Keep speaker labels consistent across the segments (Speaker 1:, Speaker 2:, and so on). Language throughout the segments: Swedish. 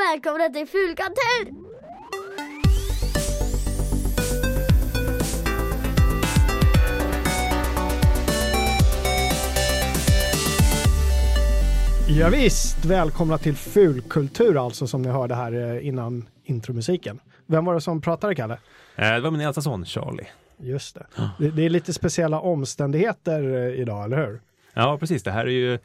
Speaker 1: välkomna till Fulkultur!
Speaker 2: Ja, visst, välkomna till Fulkultur alltså, som ni hörde här innan intromusiken. Vem var det som pratade, Kalle?
Speaker 3: Det var min äldsta son, Charlie.
Speaker 2: Just det. Det är lite speciella omständigheter idag, eller hur?
Speaker 3: Ja, precis. Det här är ju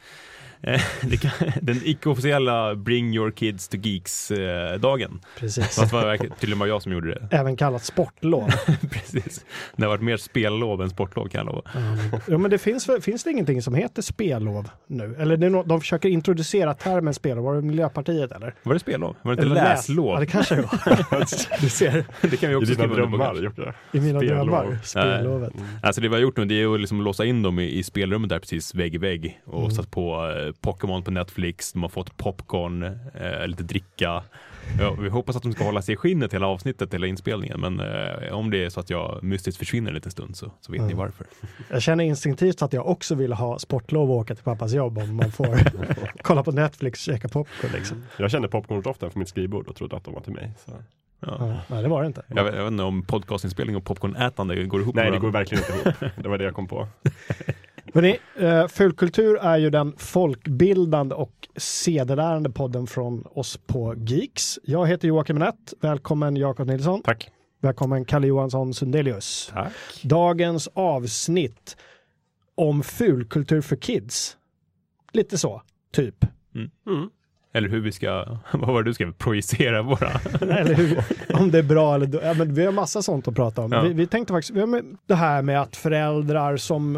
Speaker 3: den icke-officiella Bring Your Kids to Geeks-dagen.
Speaker 2: Precis.
Speaker 3: Fast var tydligen bara jag som gjorde det.
Speaker 2: Även kallat sportlov.
Speaker 3: Precis. Det har varit mer spellov än sportlov, kan jag lova.
Speaker 2: Ja, men det finns det ingenting som heter spellov nu? Eller de försöker introducera termen spellov. Var det Miljöpartiet, eller?
Speaker 3: Var det spellov? Var det inte
Speaker 2: eller
Speaker 3: läslov?
Speaker 2: Ja, det kanske var. Du ser.
Speaker 3: Det kan vi också skriva
Speaker 4: drömmar.
Speaker 2: I mina drömmar. Spellovet.
Speaker 3: Alltså det vi har gjort nu, det är att liksom låsa in dem i spelrummet där precis vägg i vägg och satt på Pokémon på Netflix. De har fått popcorn, lite dricka. Ja, vi hoppas att de ska hålla sig i skinnet hela avsnittet, hela inspelningen. Men om det är så att jag mystiskt försvinner en liten stund så vet ni varför.
Speaker 2: Jag känner instinktivt att jag också vill ha sportlov och åka till pappas jobb om man får kolla på Netflix och käka popcorn. Liksom.
Speaker 4: Jag kände popcorn-doften för mitt skrivbord och trodde att de var till mig. Så.
Speaker 2: Ja. Nej, det var det inte.
Speaker 3: Jag vet inte om podcastinspelning och popcornätande går ihop.
Speaker 4: Nej, det går verkligen inte ihop. Det var det jag kom på.
Speaker 2: Hörrni, Fulkultur är ju den folkbildande och sedelärande podden från oss på Geeks. Jag heter Joakim Nett. Välkommen Jakob Nilsson.
Speaker 4: Tack.
Speaker 2: Välkommen Kalle Johansson Sundelius.
Speaker 4: Tack.
Speaker 2: Dagens avsnitt om fulkultur för kids. Lite så, typ.
Speaker 3: Eller hur vi ska, vad var det du skrev? Projicera våra...
Speaker 2: Eller hur, om det är bra eller dåligt. Ja, men vi har massa sånt att prata om.
Speaker 3: Ja.
Speaker 2: Vi tänkte faktiskt, det här med att föräldrar som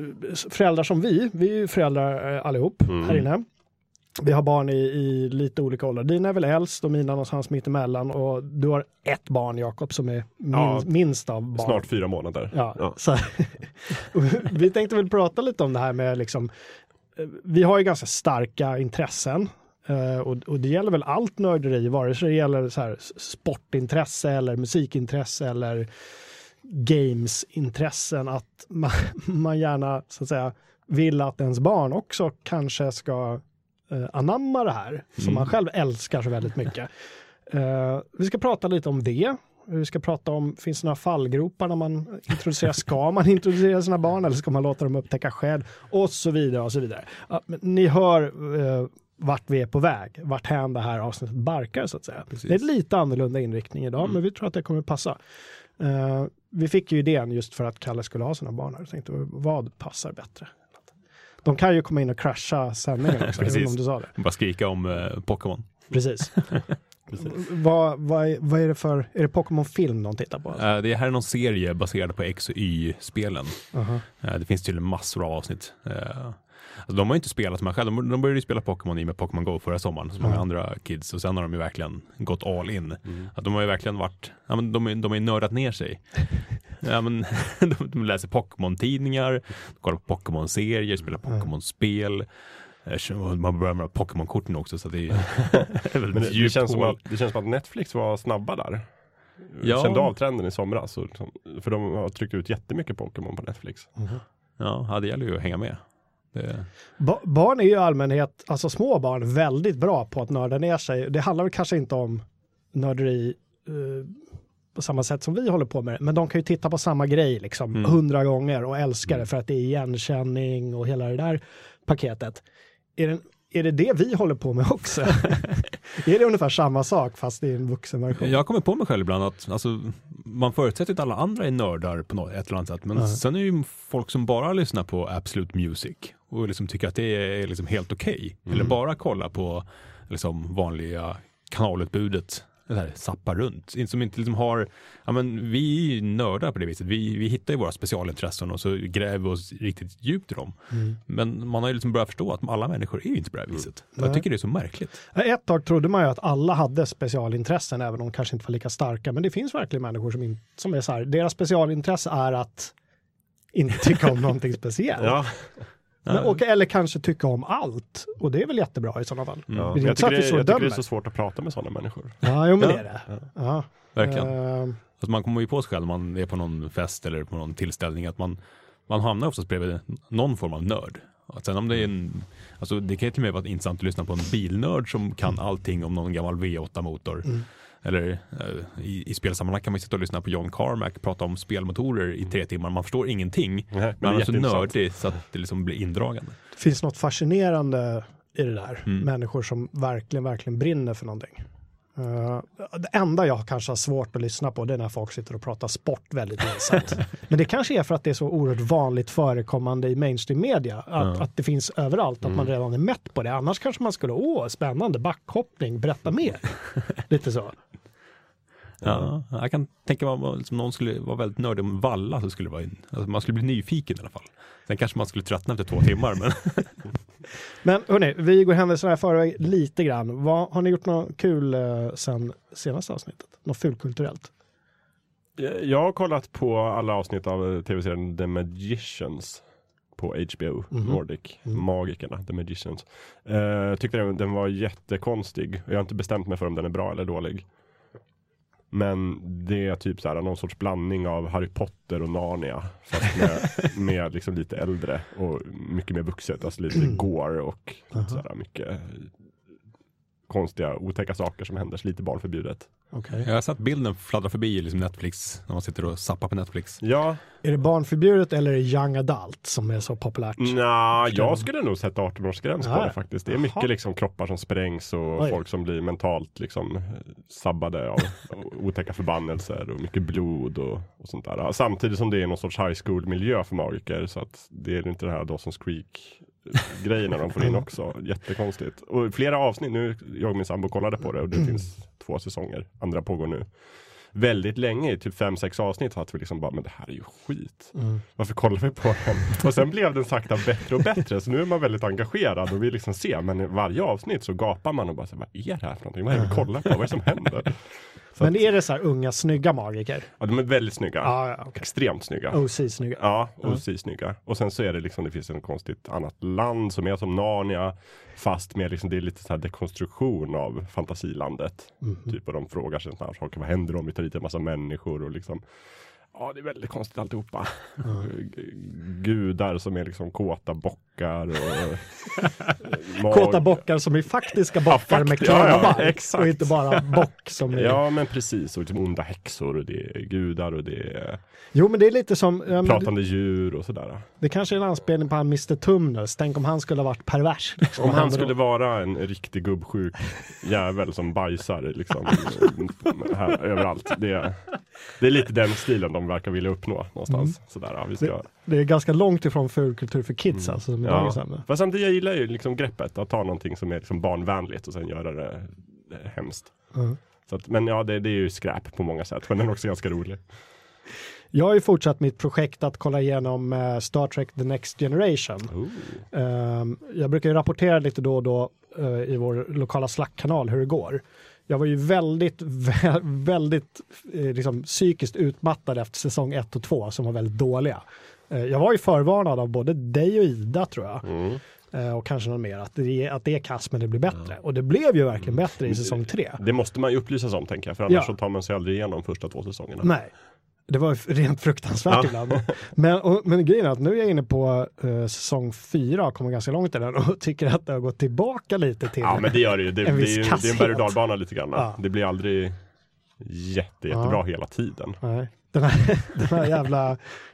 Speaker 2: vi är ju föräldrar allihop här inne. Vi har barn i lite olika åldrar. Dina är väl äldst och mina någonstans mitt emellan. Och du har ett barn, Jakob, som är minst av barn.
Speaker 4: Snart 4 månader.
Speaker 2: Ja. Så, vi tänkte väl prata lite om det här med liksom, vi har ju ganska starka intressen. Och det gäller väl allt nörderi, vare sig det gäller så här sportintresse eller musikintresse eller gamesintressen, att man gärna så att säga vill att ens barn också kanske ska anamma det här som man själv älskar så väldigt mycket. Vi ska prata lite om det. Vi ska prata om, finns det några fallgropar när man introducerar, ska man introducera sina barn eller ska man låta dem upptäcka själv och så vidare och så vidare. Ja, men ni hör vart vi är på väg, vart hän det här avsnittet barkar så att säga. Precis. Det är lite annorlunda inriktning idag, men vi tror att det kommer passa. Vi fick ju idén just för att Kalle skulle ha sina barn här. Jag tänkte, vad passar bättre? De kan ju komma in och crasha sändningen också, även om du sa det.
Speaker 3: Bara skrika om Pokémon.
Speaker 2: Precis. Vad är det för, är det Pokémon-film de tittar på?
Speaker 3: Det här är någon serie baserad på X och Y-spelen. Det finns tydligen massor av avsnitt. Alltså, de har ju inte spelat som man själv. De började ju spela Pokémon i med Pokémon Go förra sommaren som många andra kids. Och sen har de ju verkligen gått all in. Att de har ju verkligen varit, ja, men de har ju nördat ner sig. Ja, men, de läser Pokémon-tidningar, kollar på Pokémon-serier, spelar Pokémon-spel. Man börjar med Pokémon-korten också, så det är väldigt
Speaker 4: men det känns som att Netflix var snabba där. Jag kände av trenden i somras. För de har tryckt ut jättemycket Pokémon på Netflix.
Speaker 3: Ja, det gäller ju att hänga med.
Speaker 2: Barn är ju i allmänhet, alltså små barn, väldigt bra på att nörda ner sig. Det handlar väl kanske inte om nörderi på samma sätt som vi håller på med det, men de kan ju titta på samma grej liksom 100 gånger och älska det för att det är igenkänning och hela det där paketet. Är det vi håller på med också? Är det ungefär samma sak fast i en vuxen version?
Speaker 3: Jag kommer på mig själv ibland att alltså, man förutsätter att alla andra är nördar på ett eller annat sätt. Men sen är det ju folk som bara lyssnar på Absolute Music och liksom tycker att det är liksom helt okej. Eller bara kolla på liksom vanliga kanalutbudet. Det här zappar runt. Som inte liksom har, ja men vi är nördar på det viset. Vi hittar ju våra specialintressen och så gräver vi oss riktigt djupt i dem. Men man har ju liksom börjat förstå att alla människor är ju inte på det här viset. Jag tycker det är så märkligt.
Speaker 2: Ett tag trodde man ju att alla hade specialintressen, även om de kanske inte var lika starka. Men det finns verkligen människor som är så här, deras specialintresse är att inte tycka om någonting speciellt.
Speaker 4: Ja.
Speaker 2: Eller kanske tycka om allt. Och det är väl jättebra i sådana fall.
Speaker 4: Ja. Jag tycker det är så svårt att prata med sådana människor.
Speaker 2: Ja, jo, men det är det. Ja.
Speaker 3: Verkligen. Alltså man kommer ju på sig själv, man är på någon fest eller på någon tillställning, att man hamnar oftast bredvid någon form av nörd. Sen om det är alltså det kan ju till och med vara intressant att lyssna på en bilnörd som kan allting om någon gammal V8-motor. Eller i spelsammanhang kan man sitta och lyssna på John Carmack prata om spelmotorer i 3 timmar. Man förstår ingenting. Men han är så nördig så att det liksom blir indragande.
Speaker 2: Det finns något fascinerande i det där. Människor som verkligen brinner för någonting. Det enda jag kanske har svårt att lyssna på det är när folk sitter och pratar sport väldigt insatt. Men det kanske är för att det är så oerhört vanligt förekommande i mainstream media. Att det finns överallt, att man redan är mätt på det. Annars kanske man skulle, spännande, backhoppning, berätta mer. Lite så.
Speaker 3: Ja, jag kan tänka mig om någon skulle vara väldigt nördig om valla så skulle det vara alltså man skulle bli nyfiken i alla fall. Sen kanske man skulle tröttna efter 2 timmar.
Speaker 2: Men hörni, vi går händelserna här förväg lite grann. Har ni gjort något kul sen senaste avsnittet? Något fulkulturellt?
Speaker 4: Jag har kollat på alla avsnitt av tv-serien The Magicians på HBO Nordic. Magikerna, The Magicians. Tyckte den var jättekonstig. Jag har inte bestämt mig för om den är bra eller dålig. Men det är typ så här någon sorts blandning av Harry Potter och Narnia fast med liksom lite äldre och mycket mer vuxet, alltså lite gore och så här mycket konstiga, otäcka saker som händer, så lite barnförbjudet.
Speaker 2: Okay.
Speaker 3: Jag har sett bilden fladdra förbi liksom Netflix när man sitter och zappar på Netflix.
Speaker 4: Ja.
Speaker 2: Är det barnförbjudet eller är det young adult som är så populärt?
Speaker 4: Jag skulle nog sätta 18-årsgräns på det faktiskt. Det är mycket liksom kroppar som sprängs och folk som blir mentalt liksom sabbade av otäcka förbannelser och mycket blod och sånt där. Samtidigt som det är någon sorts high school-miljö för magiker, så att det är inte det här Dawson's Creek grejerna de får in också. Jättekonstigt. Och flera avsnitt, nu jag och min sambo kollade på det och det finns 2 säsonger. Andra pågår nu. Väldigt länge, typ 5-6 avsnitt att vi liksom bara, men det här är ju skit. Varför kollar vi på den? Och sen blev den sakta bättre och bättre, så nu är man väldigt engagerad och vill liksom se, men i varje avsnitt så gapar man och bara så, vad är det här för någonting? Vad är det vi kollar på? Vad är det som händer?
Speaker 2: Men är det så här unga, snygga magiker?
Speaker 4: Ja, de är väldigt snygga.
Speaker 2: Okay.
Speaker 4: Extremt snygga.
Speaker 2: OC-snygga.
Speaker 4: Ja, OC-snygga. Och sen så är det liksom, det finns en konstigt annat land som är som Narnia, fast med liksom, det är lite så här dekonstruktion av fantasilandet. Typ, och de frågar sig sådana här saker, vad händer om vi tar hit en massa människor och liksom, ja, det är väldigt konstigt alltihopa. Gudar som är liksom kåta bockar och
Speaker 2: kåta bockar som är faktiska bockar med klara
Speaker 4: exakt.
Speaker 2: Och inte bara bock som är...
Speaker 4: Ja, men precis. Och liksom onda häxor och det är gudar och det är...
Speaker 2: Jo, men det är lite som...
Speaker 4: pratande djur och sådär.
Speaker 2: Det kanske är en anspelning på han Mr. Tumnus. Tänk om han skulle ha varit pervers. Liksom.
Speaker 4: Om han skulle vara en riktig gubbsjuk jävel som bajsar liksom, här, överallt. Det är lite den stilen de verkar vilja uppnå någonstans. Sådär, ja, vi ska... det
Speaker 2: är ganska långt ifrån fulkultur för kids. Alltså,
Speaker 4: ja. Fast samtidigt jag gillar ju liksom greppet att ta någonting som är liksom barnvänligt och sen göra det hemskt. Så att, men ja, det är ju skräp på många sätt, men den är också ganska rolig.
Speaker 2: Jag har ju fortsatt mitt projekt att kolla igenom Star Trek The Next Generation. Jag brukar ju rapportera lite då och då i vår lokala Slack-kanal hur det går. Jag var ju väldigt liksom, psykiskt utmattad efter säsong 1 och 2 som var väldigt dåliga. Jag var ju förvarnad av både dig och Ida, tror jag. Och kanske någon mer, att det är kass men det blir bättre. Och det blev ju verkligen bättre i säsong 3.
Speaker 4: Det måste man ju upplysas om, tänker jag, för annars så tar man sig aldrig igenom första 2 säsongerna.
Speaker 2: Nej. Det var rent fruktansvärt ibland. Men grejen är att nu är jag inne på säsong 4 och kommer ganska långt i den och tycker att det har gått tillbaka lite till. Ja, men
Speaker 4: det gör det ju. Det är en berg- och dalbana lite grann. Ja. Det blir aldrig jättebra hela tiden.
Speaker 2: Nej. Den här jävla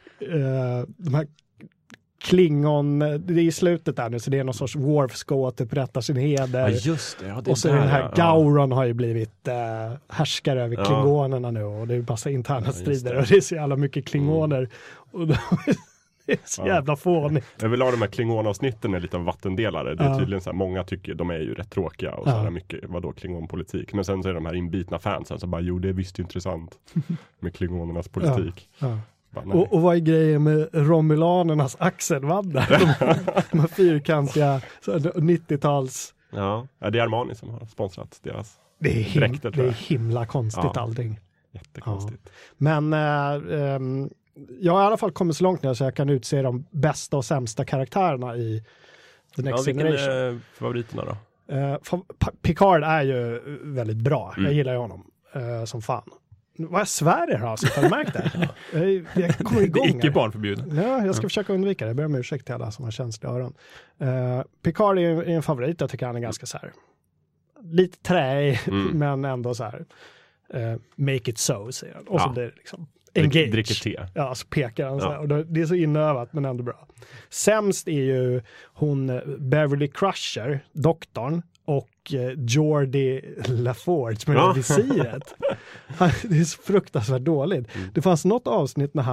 Speaker 2: de här Klingon, det är i slutet där nu, så det är någon sorts Worf ska återupprätta sin heder.
Speaker 4: Ja, just det. Ja, det
Speaker 2: och så
Speaker 4: där,
Speaker 2: den här Gauron har ju blivit härskare över klingonerna nu och det är massa interna strider och det är så jävla mycket klingoner. Och det är så jävla fånigt.
Speaker 4: Överlag de här klingonavsnitten är lite av vattendelare. Det är tydligen så här, många tycker de är ju rätt tråkiga och så här mycket, vadå klingonpolitik. Men sen så är de här inbitna fansen som bara, jo det är visst intressant med klingonernas politik.
Speaker 2: Och vad är grejen med Romulanernas axelvaddar? De här fyrkantiga 90-tals...
Speaker 4: Ja, det är Armani som har sponsrat deras
Speaker 2: dräkter. Det är himla konstigt allting.
Speaker 4: Jättekonstigt.
Speaker 2: Ja. Men jag har i alla fall kommit så långt nu så jag kan utse de bästa och sämsta karaktärerna i The Next Generation.
Speaker 4: Vilken är favoriterna då?
Speaker 2: Picard är ju väldigt bra. Jag gillar ju honom som fan. vad jag svär har alltså, har du märkt det? Jag kommer igång.
Speaker 3: Det är icke barnförbjuden.
Speaker 2: Ja, jag ska försöka undvika det. Jag ber om ursäkt till alla som har känsliga öron. Picard är en favorit. Jag tycker han är ganska så här lite träig, men ändå så här make it so, säger han. Och så blir det liksom engage.
Speaker 4: Dricker te.
Speaker 2: Ja, så pekar han så här. Och det är så inövat, men ändå bra. Sämst är ju hon Beverly Crusher, doktorn, och Geordi LaForge med det visiret. Det är så fruktansvärt dåligt. Det fanns något avsnitt när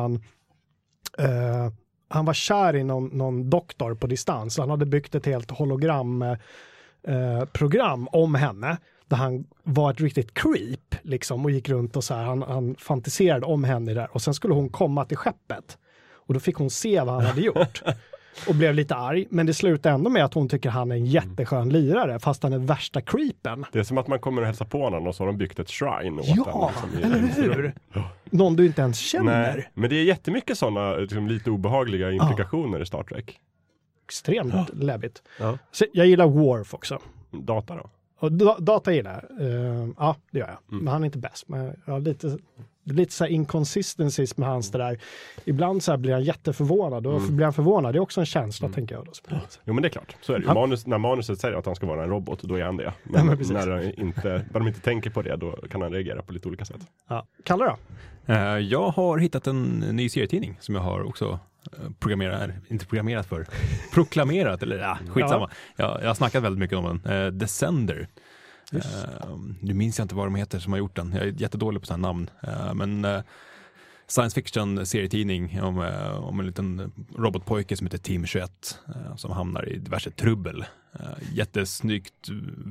Speaker 2: han var kär i någon doktor på distans. Han hade byggt ett helt hologramprogram om henne. Där han var ett riktigt creep liksom, och gick runt och så här, han fantiserade om henne där. Och sen skulle hon komma till skeppet. Och då fick hon se vad han hade gjort. Och blev lite arg, men det slutar ändå med att hon tycker han är en jätteskön lirare, fast han är värsta creepen.
Speaker 4: Det är som att man kommer och hälsa på honom och så har de byggt ett shrine åt
Speaker 2: ja,
Speaker 4: den,
Speaker 2: liksom, eller hur? Någon du inte ens känner.
Speaker 4: Nej, men det är jättemycket sådana liksom, lite obehagliga implikationer i Star Trek.
Speaker 2: Extremt läbbigt.
Speaker 4: Ja.
Speaker 2: Så jag gillar Worf också.
Speaker 4: Data då?
Speaker 2: Och Data gillar jag. Ja, det gör jag. Men han är inte bäst. Men jag har lite så här inconsistencies med hans det där. Ibland så här blir han jätteförvånad. Och blir han förvånad, det är också en känsla, tänker jag. Då.
Speaker 4: Jo, men det är klart. Så är det ju. När manuset säger att han ska vara en robot, då är han det. Men när de inte tänker på det, då kan han reagera på lite olika sätt.
Speaker 2: Ja. Kalle då?
Speaker 3: Jag har hittat en ny serietidning som jag har också proklamerat, eller skitsamma. Jag har snackat väldigt mycket om den. Descender. Nu minns jag inte vad de heter som har gjort den. Jag är jättedålig på sådana namn. Men science fiction serietidning om en liten robotpojke som heter Team 21 som hamnar i diverse trubbel. Jättesnyggt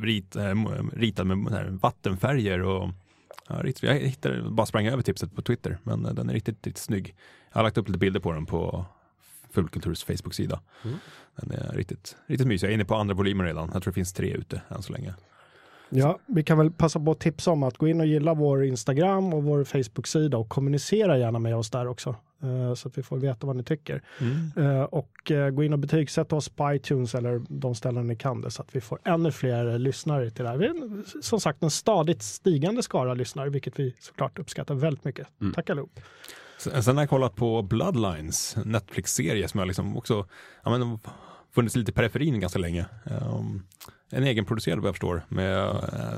Speaker 3: ritad med vattenfärger och jag bara sprang över tipset på Twitter, men den är riktigt snygg. Jag har lagt upp lite bilder på den på Fulkulturs Facebook-sida. Den är riktigt mysig. Jag är inne på andra volymer redan. Jag tror det finns 3 ute än så länge.
Speaker 2: Ja, vi kan väl passa på att tipsa om att gå in och gilla vår Instagram och vår Facebook-sida och kommunicera gärna med oss där också. Så att vi får veta vad ni tycker. Och gå in och betygsätta oss på iTunes eller de ställen ni kan det, så att vi får ännu fler lyssnare till det här. Vi är som sagt en stadigt stigande skara lyssnare, vilket vi såklart uppskattar väldigt mycket. Tack allihop.
Speaker 3: Sen har jag kollat på Bloodlines, Netflix-serie som jag liksom också funnits lite i periferin ganska länge. En egenproducerad, vad jag förstår, med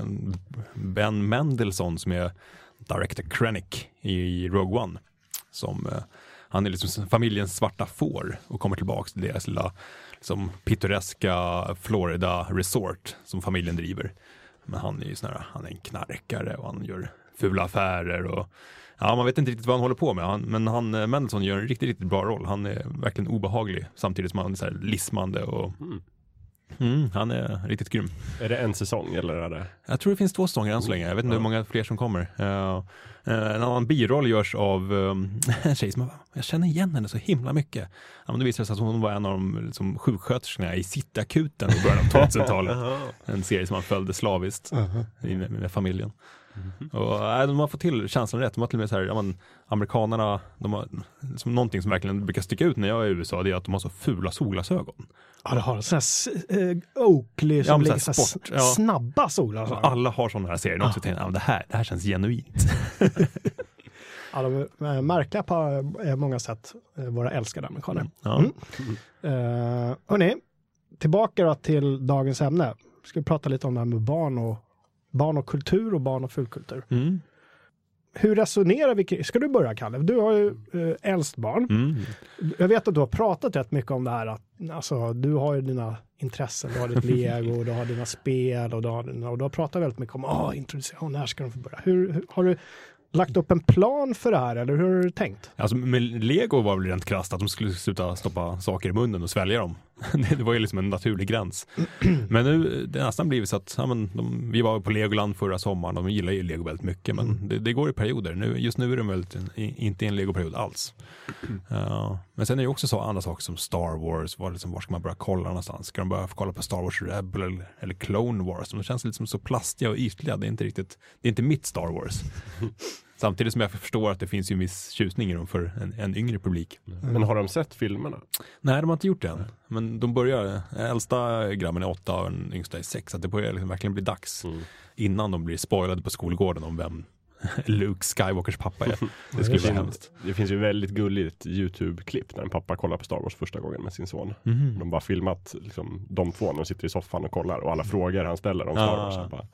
Speaker 3: Ben Mendelsohn som är Director Krennic i Rogue One. Han är liksom familjens svarta får och kommer tillbaka till deras lilla liksom, pittoreska Florida resort som familjen driver. Men han är ju han är en knarkare och han gör fula affärer och man vet inte riktigt vad han håller på med. Men Mendelsohn gör en riktigt bra roll. Han är verkligen obehaglig samtidigt som han är så här lismande och han är riktigt grym.
Speaker 4: Är det en säsong eller är det?
Speaker 3: Jag tror det finns 2 säsonger än så länge. Jag vet inte hur många fler som kommer. En annan biroll görs av en tjej som jag känner igen henne så himla mycket. Men det visar sig att hon var en av de liksom, sjuksköterskorna i City-akuten i början av 2000-talet. En serie som man följde slaviskt med familjen. Och de har fått till känslan rätt. De har till och med så här, amerikanerna, de har liksom, någonting som verkligen brukar sticka ut när jag är i USA, det är att de har så fula solglasögon.
Speaker 2: Ja, det har sådana Oakley som ligger så snabba solglasögon.
Speaker 3: Alla har sådana här serier. Också tänker, det här känns genuint.
Speaker 2: Ja, de är märkliga på många sätt, våra älskade amerikaner. Hörrni, tillbaka då till dagens ämne. Ska vi prata lite om det här med barn och kultur och barn och fulkultur. Hur resonerar vi? Ska du börja, Kalle? Du har ju äldst barn. Jag vet att du har pratat rätt mycket om det här. Att, alltså, du har ju dina intressen. Du har ditt Lego, du har dina spel och du har pratat väldigt mycket om introduktion. När ska de få börja? Har du lagt upp en plan för det här eller hur har du tänkt?
Speaker 3: Alltså med Lego var väl rent krasst att de skulle sluta stoppa saker i munnen och svälja dem. Det var ju liksom en naturlig gräns. Men nu det nästan blivit så att vi var på Legoland förra sommaren och de gillar ju Lego väldigt mycket, men det går i perioder. Just nu är de väldigt, inte en Lego-period alls. Men sen är det också så andra saker som Star Wars. Var ska man börja kolla någonstans? Ska de börja kolla på Star Wars Rebel eller Clone Wars? De känns lite som så plastiga och ytliga. Det är inte mitt Star Wars. Samtidigt som jag förstår att det finns ju en viss tjusning i dem för en yngre publik.
Speaker 4: Men har de sett filmerna?
Speaker 3: Nej, de har inte gjort det än. Men de börjar, äldsta grabben är 8 och den yngsta är 6. Så att det börjar liksom verkligen bli dags innan de blir spoilade på skolgården om Luke Skywalkers pappa är. Det skulle vara hemskt.
Speaker 4: Det finns ju väldigt gulligt YouTube-klipp när en pappa kollar på Star Wars första gången med sin son. De bara filmat liksom, de två när de sitter i soffan och kollar och alla frågor han ställer om Star Wars. Bara...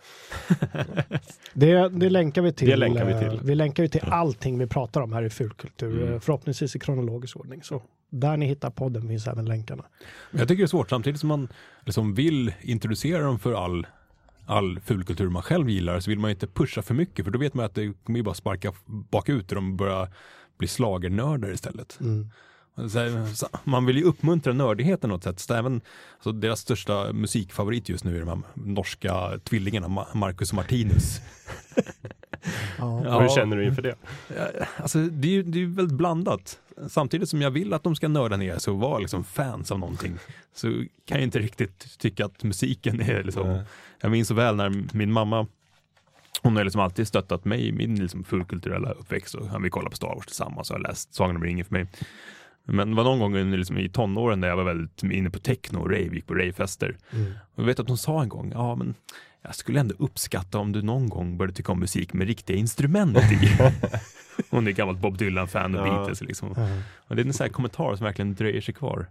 Speaker 2: det länkar vi till.
Speaker 4: Det länkar vi till.
Speaker 2: Vi länkar ju till allting vi pratar om här i Fulkultur. Förhoppningsvis i kronologisk ordning. Så där ni hittar podden finns även länkarna.
Speaker 3: Jag tycker det är svårt samtidigt som man liksom vill introducera dem för all fulkultur man själv gillar, så vill man inte pusha för mycket, för då vet man att det kommer ju bara sparka bakut och de börjar bli slagernördar istället. Så man vill ju uppmuntra nördigheten något sätt. Så även så deras största musikfavorit just nu är de här norska tvillingarna Marcus och Martinus.
Speaker 4: Hur känner du inför det?
Speaker 3: Alltså det är ju väldigt blandat. Samtidigt som jag vill att de ska nörda ner så vara liksom fans av någonting, så kan jag inte riktigt tycka att musiken är liksom... Jag minns så väl när min mamma, hon har liksom alltid stöttat mig i min liksom fullkulturella uppväxt, och vi kollar på Star Wars tillsammans och har läst Sagan om ringen för mig. Men det var någon gång liksom i tonåren där jag var väldigt inne på techno och rave, gick på ravefester. Och jag vet att hon sa en gång, ja men jag skulle ändå uppskatta om du någon gång började tycka om musik med riktiga instrument i. Hon är gammalt Bob Dylan-fan och Beatles liksom. Och det är en sån här kommentar som verkligen dröjer sig kvar.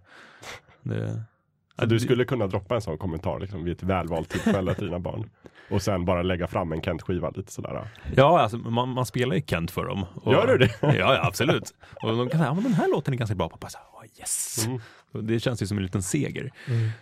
Speaker 4: Du skulle kunna droppa en sån kommentar liksom, vid ett välvalt tillfälle till dina barn. Och sen bara lägga fram en Kent-skiva lite sådär.
Speaker 3: Ja, alltså, man spelar ju Kent för dem. Och,
Speaker 4: gör du det?
Speaker 3: Ja, absolut. Och de kan säga, men den här låten är ganska bra, pappa. Så, yes! Det känns ju som en liten seger.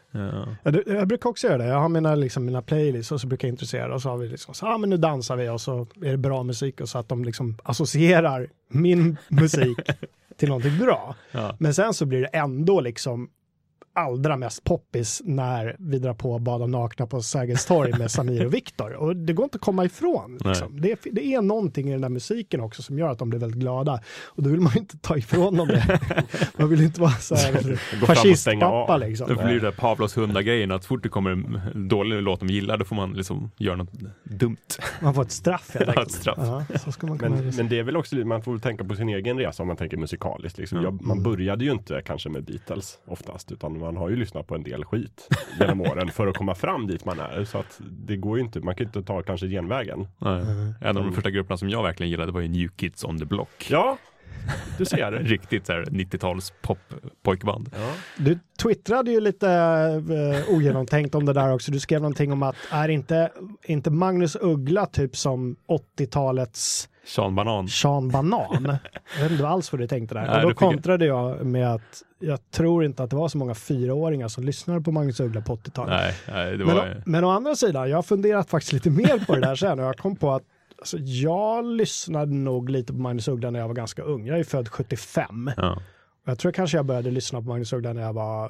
Speaker 2: Jag brukar också göra det. Jag har mina playlists och så brukar jag intressera, och så har vi liksom så, men nu dansar vi och så är det bra musik, och så att de liksom associerar min musik till någonting bra. Men sen så blir det ändå liksom allra mest poppis när vi drar på Bada nakna på Sergels torg med Samir och Viktor. Och det går inte att komma ifrån. Liksom. Det är någonting i den där musiken också som gör att de blir väldigt glada. Och då vill man inte ta ifrån dem det. Man vill inte vara så här fascistpappa liksom.
Speaker 3: Det blir det Pavlos hundar-grejen, att fort det kommer en dålig låt de gillar, då får man liksom göra något dumt.
Speaker 2: Man får ett straff.
Speaker 3: Ett straff.
Speaker 2: Så ska man
Speaker 4: men det är väl också, man får tänka på sin egen resa om man tänker musikaliskt. Liksom. Man började ju inte kanske med Beatles oftast, utan man har ju lyssnat på en del skit genom åren för att komma fram dit man är. Så att det går ju inte, man kan inte ta kanske genvägen.
Speaker 3: En av de första grupperna som jag verkligen gillade var ju New Kids on the Block.
Speaker 4: Ja, du ser det.
Speaker 3: Riktigt så här 90-tals pop-pojkband.
Speaker 2: Ja. Du twittrade ju lite ogenomtänkt om det där också. Du skrev någonting om att är inte Magnus Uggla typ som 80-talets
Speaker 3: Sean Banan.
Speaker 2: Jag vet inte alls vad du tänkte där. Och då kontrade jag med att jag tror inte att det var så många 4-åringar som lyssnade på Magnus Uggla på 80-talet.
Speaker 3: Nej, det var...
Speaker 2: Men å andra sidan, jag har funderat faktiskt lite mer på det där sen, och jag kom på att alltså, jag lyssnade nog lite på Magnus Uggla när jag var ganska ung. Jag är född 75.
Speaker 3: Ja.
Speaker 2: Jag tror kanske jag började lyssna på Magnus Uggla när jag var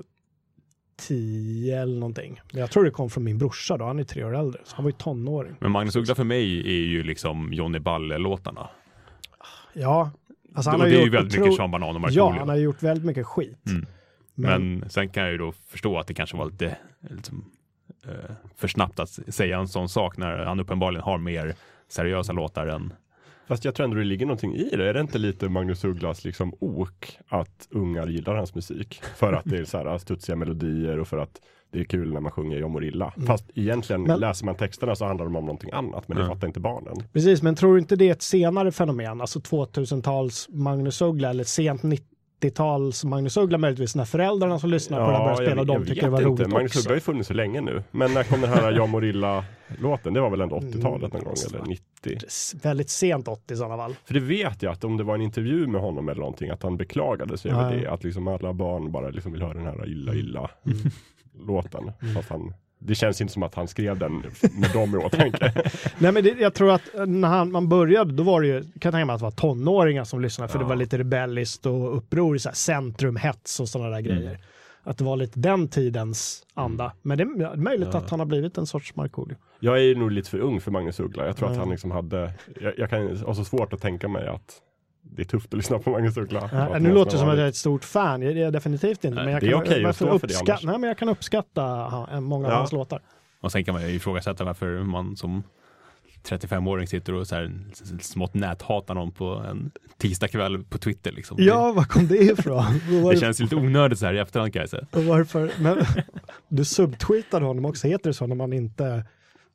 Speaker 2: 10 eller någonting. Men jag tror det kom från min brorsa då, han är 3 år äldre. Så han var ju tonåring.
Speaker 3: Men Magnus Uggla för mig är ju liksom Johnny Balle-låtarna.
Speaker 2: Ja. Alltså,
Speaker 3: det är ju väldigt mycket Sean Banan och Markoolio.
Speaker 2: Ja, han har gjort väldigt mycket skit.
Speaker 3: Men sen kan jag ju då förstå att det kanske var lite liksom, för snabbt att säga en sån sak när han uppenbarligen har mer seriösa låtar än...
Speaker 4: Fast jag tror ändå det ligger någonting i det. Är det inte lite Magnus Ugglas liksom ok att ungar gillar hans musik? För att det är så här studsiga melodier och för att det är kul när man sjunger Jag mår illa. Fast egentligen läser man texterna så handlar de om någonting annat, men det fattar inte barnen.
Speaker 2: Precis, men tror du inte det är ett senare fenomen? Alltså 2000-tals Magnus Uggla eller sent 90-tals Magnus Uggla möjligtvis, när föräldrarna som lyssnar på det börjar spela och de tycker det var roligt också.
Speaker 4: Magnus Uggla har ju funnits så länge nu. Men när kom den här Jag mår illa-låten? Det var väl ändå 80-talet någon gång, eller 90?
Speaker 2: Väldigt sent 80 i sådana fall.
Speaker 4: För det vet jag att om det var en intervju med honom eller någonting, att han beklagade sig över det. Att liksom alla barn bara liksom vill höra den här illa låten. Fast det känns inte som att han skrev den med dem i åtanke.
Speaker 2: Nej, men jag tror att när man började, då var det ju, kan jag tänka mig att det var tonåringar som lyssnade, för det var lite rebelliskt och uppror i så här centrumhets och sådana där grejer. Att det var lite den tidens anda. Men det är möjligt att han har blivit en sorts Markoolio.
Speaker 4: Jag är nog lite för ung för Magnus Uggla. Jag tror att han liksom hade... Jag kan ha så svårt att tänka mig att det är tufft att lyssna på Magnus Uggla.
Speaker 2: Nu låter det som att jag är ett stort fan. Det är jag definitivt inte. Men jag
Speaker 4: det är okej att stå för det, Anders.
Speaker 2: Nej, men jag kan uppskatta många av hans låtar.
Speaker 3: Och sen kan man ju ifrågasätta varför man som 35-åring sitter och så här smått näthatar någon på en tisdagkväll på Twitter liksom.
Speaker 2: Ja, var kom det ifrån?
Speaker 3: Det känns lite onödigt så här i efterhand, kan jag säga.
Speaker 2: Och varför? Men du subtweetade honom också, heter det så när man inte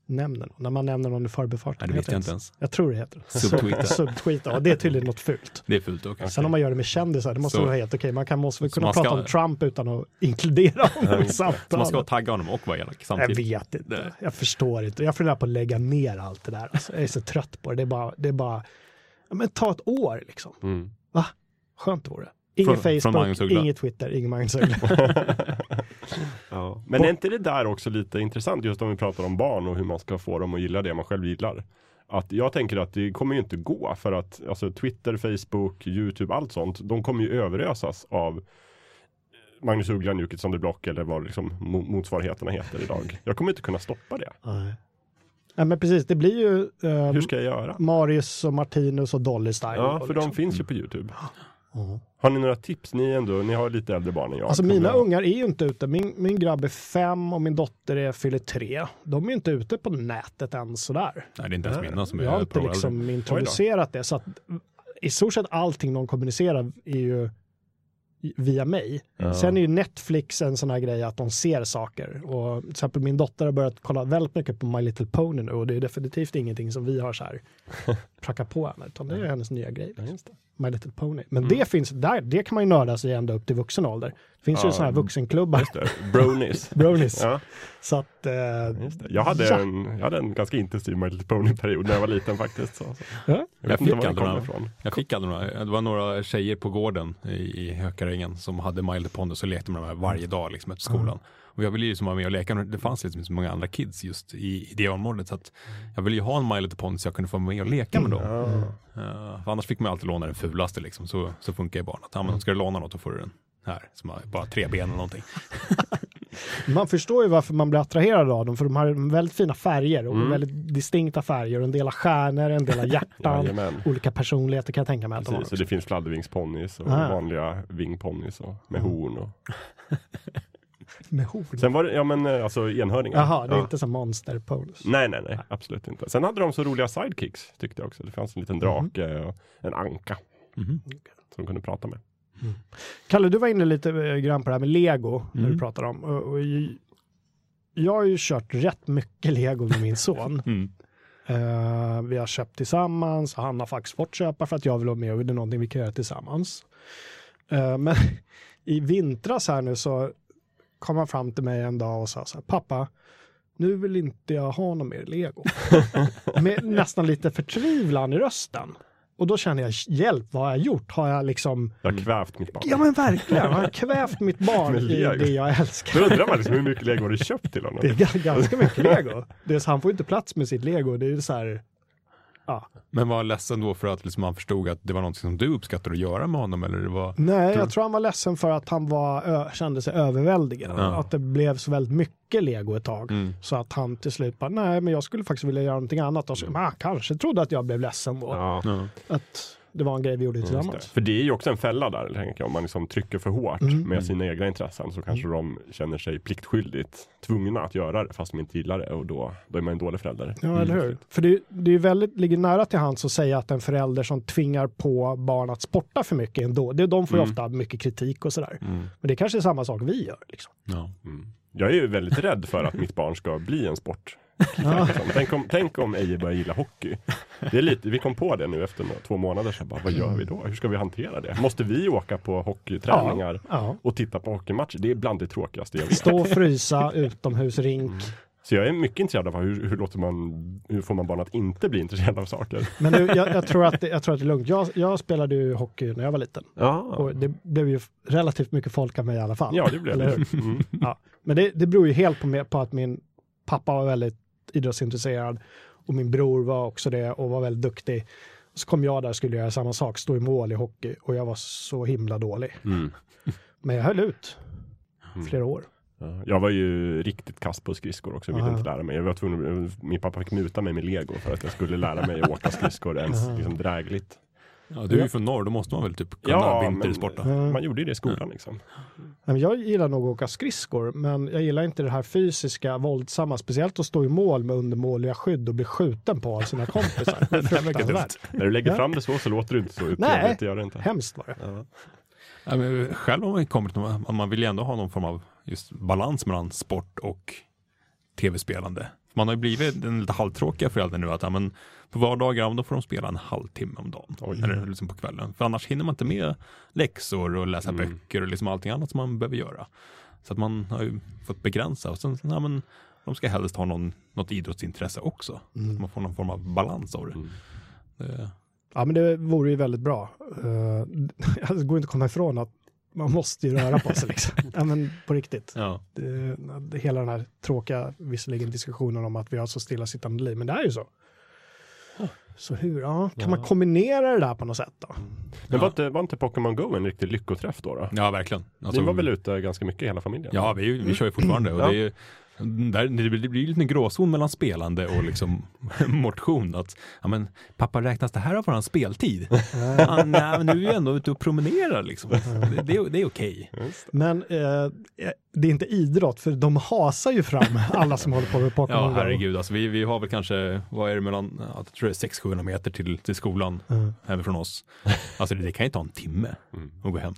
Speaker 2: nämner någon. När man nämner någon i förbifarten.
Speaker 3: Det visste jag inte ens.
Speaker 2: Jag tror det heter.
Speaker 3: Subtweeta.
Speaker 2: Det är tydligen något fult.
Speaker 3: Det är fult också.
Speaker 2: Sen om man gör det med kändisar, det måste vara helt okej. Man måste väl kunna prata om Trump utan att inkludera honom i samtalet.
Speaker 3: Så man ska tagga honom och vara elak samtidigt.
Speaker 2: Jag vet inte. Jag förstår inte. Jag funderar på att lägga ner allt det där. Alltså, jag är så trött på det. Det är bara men ta ett år liksom. Va? Skönt vore det. Ingen Facebook, inget Twitter, ingen Magnus Uggla.
Speaker 4: Ja. Men är inte det där också lite intressant just om vi pratar om barn och hur man ska få dem att gilla det man själv gillar? Att jag tänker att det kommer ju inte gå för att alltså, Twitter, Facebook, YouTube, allt sånt, de kommer ju överösas av Magnus Uggla, New Kids on the Block eller vad liksom motsvarigheterna heter idag. Jag kommer inte kunna stoppa det.
Speaker 2: Nej, men precis, det blir ju
Speaker 4: hur ska jag göra?
Speaker 2: Marius och Martinus och Dolly Style.
Speaker 4: Ja, för de finns ju på YouTube. Har ni några tips? Ni har lite äldre barn än jag.
Speaker 2: Alltså mina ungar är ju inte ute. Min grabb är 5 och min dotter fyller 3. De är ju inte ute på nätet än sådär.
Speaker 3: Nej, det är inte ens mina som är.
Speaker 2: Jag har inte liksom introducerat det. Så att i stort sett allting de kommunicerar är ju via mig. Sen är ju Netflix en sån här grej att de ser saker. Och till exempel min dotter har börjat kolla väldigt mycket på My Little Pony nu. Och det är definitivt ingenting som vi har så här prackat på henne. Utan det är hennes nya grej. My Little Pony. Men det finns där, det kan man ju nörda sig ända upp till vuxen ålder. Det finns ju såna här vuxenklubbar.
Speaker 4: Bronies.
Speaker 2: Ja. Så att
Speaker 4: jag hade en ganska intensiv My Little Pony-period när jag var liten faktiskt. Så.
Speaker 2: Ja.
Speaker 3: Jag fick aldrig några. Det var några tjejer på gården i Hökarängen som hade My Little Pony, så lekte med dem varje dag liksom, efter skolan. Och jag ville ju som vara med och leka, men det fanns liksom så många andra kids just i det området, så att jag ville ju ha en My Little Pony så jag kunde få med och leka med dem. För annars fick man alltid låna den fulaste liksom, så funkar ju barnet. Men ska du låna något, då får du den här som har bara 3 ben eller någonting.
Speaker 2: Man förstår ju varför man blir attraherad av dem, för de har väldigt fina färger och väldigt distinkta färger, en del av stjärnor, en del av hjärtan, olika personligheter kan jag tänka mig att de har.
Speaker 4: Så det finns fladdervingsponnys och vanliga vingponnys med horn och
Speaker 2: med horn.
Speaker 4: Sen var det, alltså enhörningar.
Speaker 2: Jaha, det är inte som monster ponies.
Speaker 4: Nej, absolut inte. Sen hade de så roliga sidekicks, tyckte jag också. Det fanns en liten drake och en anka som de kunde prata med.
Speaker 2: Kalle, du var inne lite grann på det här med Lego när du pratade om. Och jag har ju kört rätt mycket Lego med min son. Vi har köpt tillsammans och han har faktiskt fått köpa för att jag vill vara med och det är någonting vi kan göra tillsammans. Men i vintras här nu så kom han fram till mig en dag och sa så här: pappa, nu vill inte jag ha någon mer Lego. Med nästan lite förtvivlan i rösten. Och då känner jag, hjälp, vad har jag gjort? Har jag liksom...
Speaker 4: Jag har kvävt mitt barn.
Speaker 2: Ja men verkligen, har jag kvävt mitt barn i det jag älskar.
Speaker 4: Då undrar man liksom hur mycket Lego har du köpt till honom?
Speaker 2: Det är ganska mycket Lego. Han får inte plats med sitt Lego. Det är ju så här... Ja.
Speaker 3: Men var ledsen då för att liksom han förstod att det var något som du uppskattade att göra med honom? Eller det var...
Speaker 2: Nej, jag tror han var ledsen för att han kände sig överväldigad. Att det blev så väldigt mycket Lego ett tag. Så att han till slut bara, nej men jag skulle faktiskt vilja göra någonting annat. Och så, kanske trodde att jag blev ledsen då. Att det var en grej vi gjorde tillsammans.
Speaker 4: För det är ju också en fälla där, tänker jag. Om man liksom trycker för hårt med sina egna intressen så kanske de känner sig pliktskyldigt tvungna att göra det fast de inte gillar det. Och då är man en dålig förälder.
Speaker 2: Ja, eller hur? För det är väldigt, ligger nära till hands att säga att en förälder som tvingar på barn att sporta för mycket ändå. De får ju ofta mycket kritik och sådär. Men det kanske är samma sak vi gör. Liksom.
Speaker 3: Ja.
Speaker 4: Jag är ju väldigt rädd för att mitt barn ska bli en sport. Tänk om Eje börjar gilla hockey. Det är lite, vi kom på det nu efter 2 månader så bara, vad gör vi då? Hur ska vi hantera det? Måste vi åka på hockeyträningar och titta på hockeymatcher? Det är bland det tråkigaste jag vet.
Speaker 2: Stå och frysa, utomhusrink.
Speaker 4: Så jag är mycket intresserad av hur får man barn att inte bli intresserad av saker.
Speaker 2: Men jag tror att det är lugnt. Jag spelade ju hockey när jag var liten. Och det blev ju relativt mycket folk av mig i alla fall.
Speaker 4: Ja, det blev det.
Speaker 2: Ja. Men det beror ju helt på att min pappa var väldigt idrottsintresserad och min bror var också det och var väldigt duktig. Så kom jag där och skulle göra samma sak, stå i mål i hockey och jag var så himla dålig. Men jag höll ut flera år.
Speaker 4: Jag var ju riktigt kass på skridskor också, ville inte lära mig. Jag var tvungen, min pappa fick muta mig med Lego för att jag skulle lära mig att åka skridskor ens liksom drägligt.
Speaker 3: Ja, du är ju från norr, då måste man väl typ kunna vintersporta.
Speaker 4: Man gjorde ju det i skolan liksom.
Speaker 2: Jag gillar nog att åka skridskor, men jag gillar inte det här fysiska, våldsamma, speciellt att stå i mål med undermåliga skydd och bli skjuten på av sina kompisar.
Speaker 4: När du lägger fram det så låter det inte så
Speaker 2: Nej,
Speaker 4: det gör det inte.
Speaker 2: Hemskt var det.
Speaker 3: Ja, men själv har man kommit man vill ju ändå ha någon form av just balans mellan sport och tv-spelande. Man har ju blivit en lite halvtråkiga förälder nu att men, på vardagar då får de spela en halvtimme om dagen. Eller liksom på kvällen. För annars hinner man inte med läxor och läsa böcker och liksom allting annat som man behöver göra. Så att man har ju fått begränsa. Och sen men, de ska helst ha något idrottsintresse också. Så att man får någon form av balans av det.
Speaker 2: Ja, men det vore ju väldigt bra. Det går inte att komma ifrån att man måste ju röra på sig liksom. Ja, men på riktigt.
Speaker 3: Ja.
Speaker 2: Hela den här tråkiga, visserligen diskussionen om att vi har så stillasittande liv, men det är ju så. Så kan man kombinera det där på något sätt då?
Speaker 4: Men var inte Pokémon Go en riktig lyckoträff då?
Speaker 3: Ja, verkligen.
Speaker 4: Alltså, ni var väl ute ganska mycket hela familjen?
Speaker 3: Ja, vi kör ju fortfarande. Och det blir lite en gråzon mellan spelande och liksom motion. Att, men pappa, räknas det här av våran speltid? Nej, men nu är vi ändå ute och promenerar liksom. Det är okej.
Speaker 2: Men det är inte idrott, för de hasar ju fram alla som håller på med Pokémon Go.
Speaker 3: Ja, herregud. Alltså, vi har väl kanske, vad är det mellan, jag tror det är 600-700 meter till skolan hemifrån oss. Alltså det kan ju ta en timme att gå hem.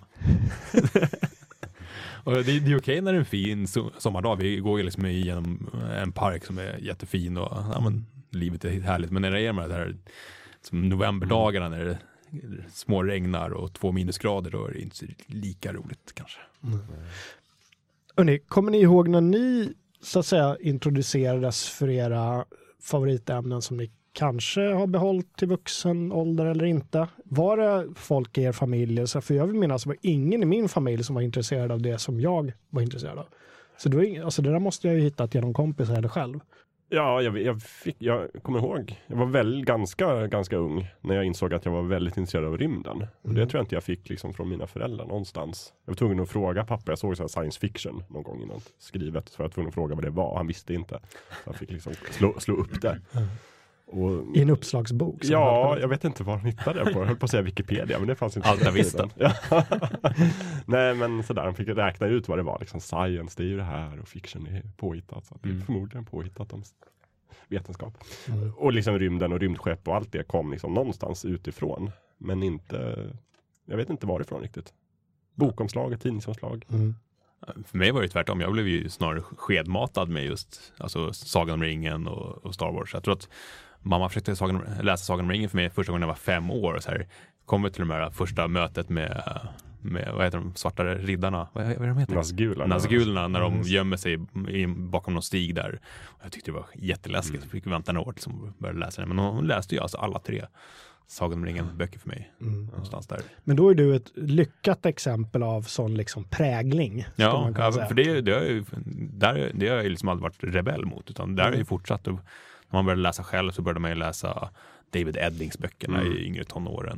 Speaker 3: Och det är okej när det är en fin sommardag. Vi går ju liksom igenom en park som är jättefin och livet är härligt. Men när det är med det här som novemberdagarna när det små regnar och 2 minusgrader, då är det inte lika roligt kanske.
Speaker 2: Hörrni, kommer ni ihåg när ni så att säga introducerades för era favoritämnen som ni kanske har behållit till vuxen ålder eller inte? Var det folk i er familj? Så för jag vill minnas att det var ingen i min familj som var intresserad av det som jag var intresserad av. Så det där måste jag ju hittat genom kompisar eller själv.
Speaker 4: Ja, jag kommer ihåg. Jag var väl ganska ung när jag insåg att jag var väldigt intresserad av rymden. Och det tror jag inte jag fick liksom från mina föräldrar någonstans. Jag var tvungen att fråga pappa. Jag såg så här science fiction någon gång i något skrivet. Så jag var tvungen att fråga vad det var. Han visste inte. Så jag fick liksom slå upp det.
Speaker 2: I en uppslagsbok?
Speaker 4: Ja, jag vet inte var han hittade det på. Jag höll på att säga Wikipedia, men det fanns inte.
Speaker 3: Allt visste.
Speaker 4: Nej, men sådär. Han fick räkna ut vad det var. Liksom, science, det är ju det här och fiction är påhittat. Så det är förmodligen påhittat om vetenskap. Och liksom rymden och rymdskepp och allt det kom liksom någonstans utifrån. Men inte, jag vet inte varifrån riktigt. Bokomslag, tidningsomslag.
Speaker 3: För mig var det tvärtom. Jag blev ju snarare skedmatad med just Sagan om ringen och Star Wars. Jag tror att mamma försökte läsa Sagan om ringen för mig första gången jag var 5 år. Så här, kom till det här första mötet med vad heter de, svarta riddarna? Vad är de heter? Nazgularna, när de gömmer sig bakom någon stig där. Och jag tyckte det var jätteläskigt. Jag fick vänta några år tills hon började läsa det. Men hon läste ju alltså alla 3 Sagan om ringen böcker för mig. Någonstans där.
Speaker 2: Men då är du ett lyckat exempel av sån liksom prägling.
Speaker 3: Ja, för det har jag liksom aldrig varit rebell mot. Utan där är ju fortsatt. När man började läsa själv så började man ju läsa David Eddings böckerna i yngre tonåren.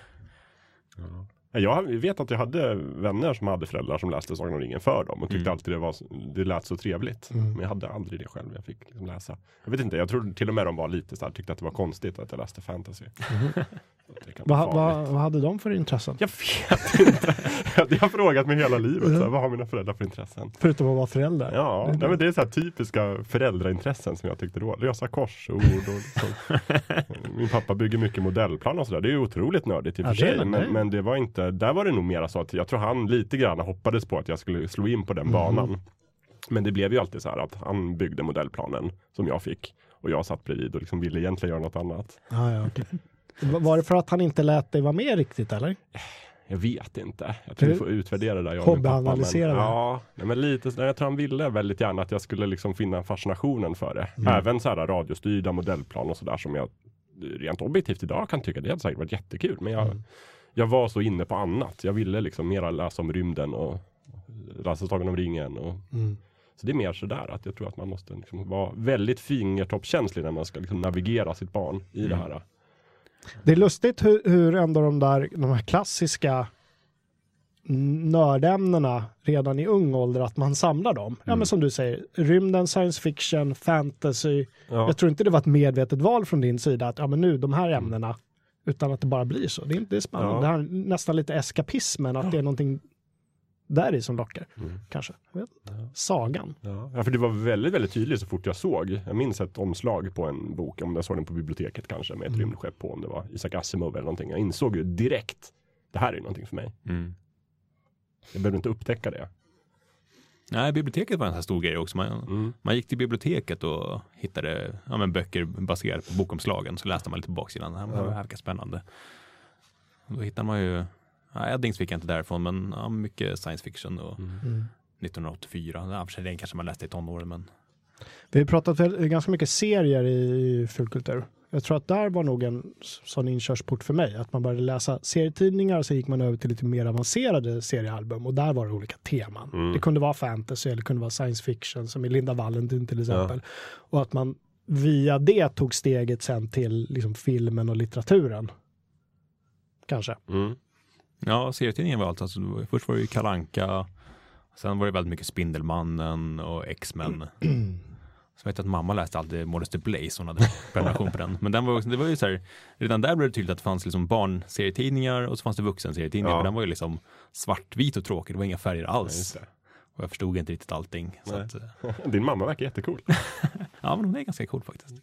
Speaker 4: Jag vet att jag hade vänner som hade föräldrar som läste Sagan om ringen för dem och tyckte alltid det lät så trevligt. Men jag hade aldrig det själv. Jag fick liksom läsa. Jag vet inte, jag tror till och med de var lite så här, tyckte att det var konstigt att jag läste fantasy.
Speaker 2: Vad hade de för intressen?
Speaker 4: Jag vet inte. Jag har frågat mig hela livet. Så här, vad har mina föräldrar för intressen?
Speaker 2: Förutom att vara föräldrar?
Speaker 4: Ja, men det är så här typiska föräldraintressen som jag tyckte då. Lösa korsord och liksom. Min pappa bygger mycket modellplan och sådär. Det är ju otroligt nördigt i och för sig. Men det var inte, där var det nog mer så att jag tror han lite grann hoppades på att jag skulle slå in på den banan. Men det blev ju alltid så här att han byggde modellplanen som jag fick. Och jag satt bredvid och liksom ville egentligen göra något annat.
Speaker 2: Okay. Var det för att han inte lät dig vara med riktigt, eller?
Speaker 4: Jag vet inte. Jag tror vi får utvärdera det.
Speaker 2: Hobbyanalysera det.
Speaker 4: Ja, men lite så. Jag tror han ville väldigt gärna att jag skulle liksom finna fascinationen för det. Även så här radiostyrda modellplan och sådär som jag rent objektivt idag kan tycka det hade säkert varit jättekul. Men jag var så inne på annat. Jag ville liksom mera läsa om rymden och läsa Sagan om ringen. Så det är mer sådär att jag tror att man måste liksom vara väldigt fingertoppskänslig när man ska liksom navigera sitt barn i det här.
Speaker 2: Det är lustigt hur ändå de här klassiska nördämnena redan i ung ålder att man samlar dem. Ja, men som du säger, rymden, science fiction, fantasy. Ja. Jag tror inte det var ett medvetet val från din sida att men nu de här ämnena, utan att det bara blir så. Det är spännande. Ja. Det här är nästan lite eskapismen, att det är någonting där i som lockar. Kanske. Sagan.
Speaker 4: Ja, för det var väldigt, väldigt tydligt så fort jag såg. Jag minns ett omslag på en bok, om jag såg den på biblioteket kanske, med ett rymdskepp på, om det var Isaac Asimov eller någonting. Jag insåg ju direkt, det här är någonting för mig. Jag behövde inte upptäcka det.
Speaker 3: Nej, biblioteket var en sån här stor grej också. Man gick till biblioteket och hittade böcker baserat på bokomslagen. Så läste man lite på baksidan. Det här var verkar spännande. Då hittade man ju... Eddings fick jag inte därifrån, men mycket science fiction. Och 1984. För sig kanske man läste i tonåren, men...
Speaker 2: Vi har pratat ganska mycket serier i Fulkultur. Jag tror att där var nog en sån inkörsport för mig. Att man började läsa serietidningar och så gick man över till lite mer avancerade seriealbum. Och där var det olika teman. Det kunde vara fantasy eller kunde vara science fiction, som i Linda Valentin till exempel. Och att man via det tog steget sen till liksom filmen och litteraturen. Kanske.
Speaker 3: Ja, serietidningen var allt. Alltså, först var det ju Kalle Anka. Sen var det väldigt mycket Spindelmannen och X-Men. Så jag vet att mamma läste alltid Modesty Blaze. Hon hade prenumeration på den. Men det var ju så här, redan där blev det tydligt att det fanns liksom barnserietidningar och så fanns det vuxenserietidningar. Ja. För den var ju liksom svartvit och tråkig. Det var inga färger alls. Och jag förstod inte riktigt allting. Så att,
Speaker 4: din mamma verkar jättecool.
Speaker 3: Ja, men hon är ganska cool faktiskt.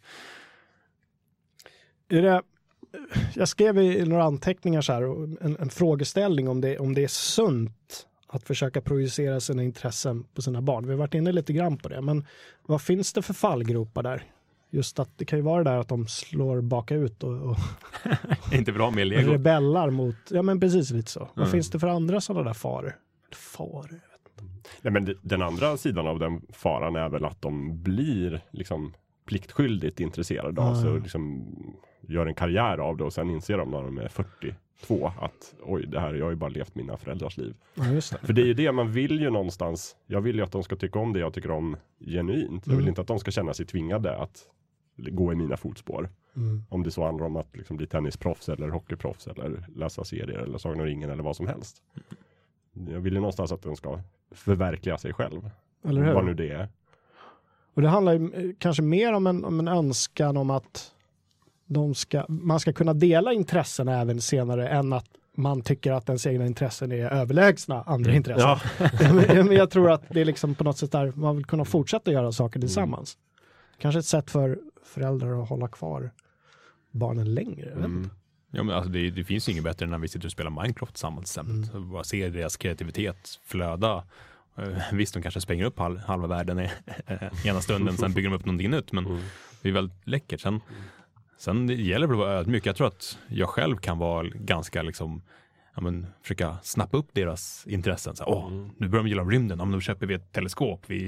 Speaker 2: Jag skrev i några anteckningar så här, en frågeställning om det är sunt att försöka projicera sina intressen på sina barn. Vi har varit inne lite grann på det, men vad finns det för fallgropar där? Just att det kan ju vara det där att de slår baka ut och
Speaker 3: inte bra med Lego.
Speaker 2: Rebellar mot, ja men precis lite så. Vad finns det för andra sådana där faror? Jag vet inte.
Speaker 4: Nej, men den andra sidan av den faran är väl att de blir liksom pliktskyldigt intresserade av så liksom gör en karriär av det och sen inser de när de är 42 att oj, jag har ju bara levt mina föräldrars liv.
Speaker 2: Ja, just det.
Speaker 4: För det är ju det man vill ju någonstans. Jag vill ju att de ska tycka om det jag tycker om genuint. Jag vill inte att de ska känna sig tvingade att gå i mina fotspår. Om det så handlar om att liksom bli tennisproffs eller hockeyproffs eller läsa serier eller Sagan om ringen eller vad som helst. Jag vill ju någonstans att de ska förverkliga sig själv.
Speaker 2: Eller hur?
Speaker 4: Vad nu det är.
Speaker 2: Och det handlar ju kanske mer om en önskan om att man ska kunna dela intressen även senare än att man tycker att ens egna intressen är överlägsna andra intressen. Ja. Men jag tror att det är liksom på något sätt där man vill kunna fortsätta göra saker tillsammans. Kanske ett sätt för föräldrar att hålla kvar barnen längre. Jag vet inte.
Speaker 3: Ja, men alltså det finns ju inget bättre än när vi sitter och spelar Minecraft tillsammans. Bara se deras kreativitet flöda. Visst, de kanske spränger upp halva världen i ena stunden, sen bygger de upp någonting nytt. Men det är väldigt läckert. Sen det gäller väl att vara ödmjuk. Jag tror att jag själv kan vara ganska liksom, försöka snappa upp deras intressen. Nu börjar de gilla rymden. Då köper vi ett teleskop. Vi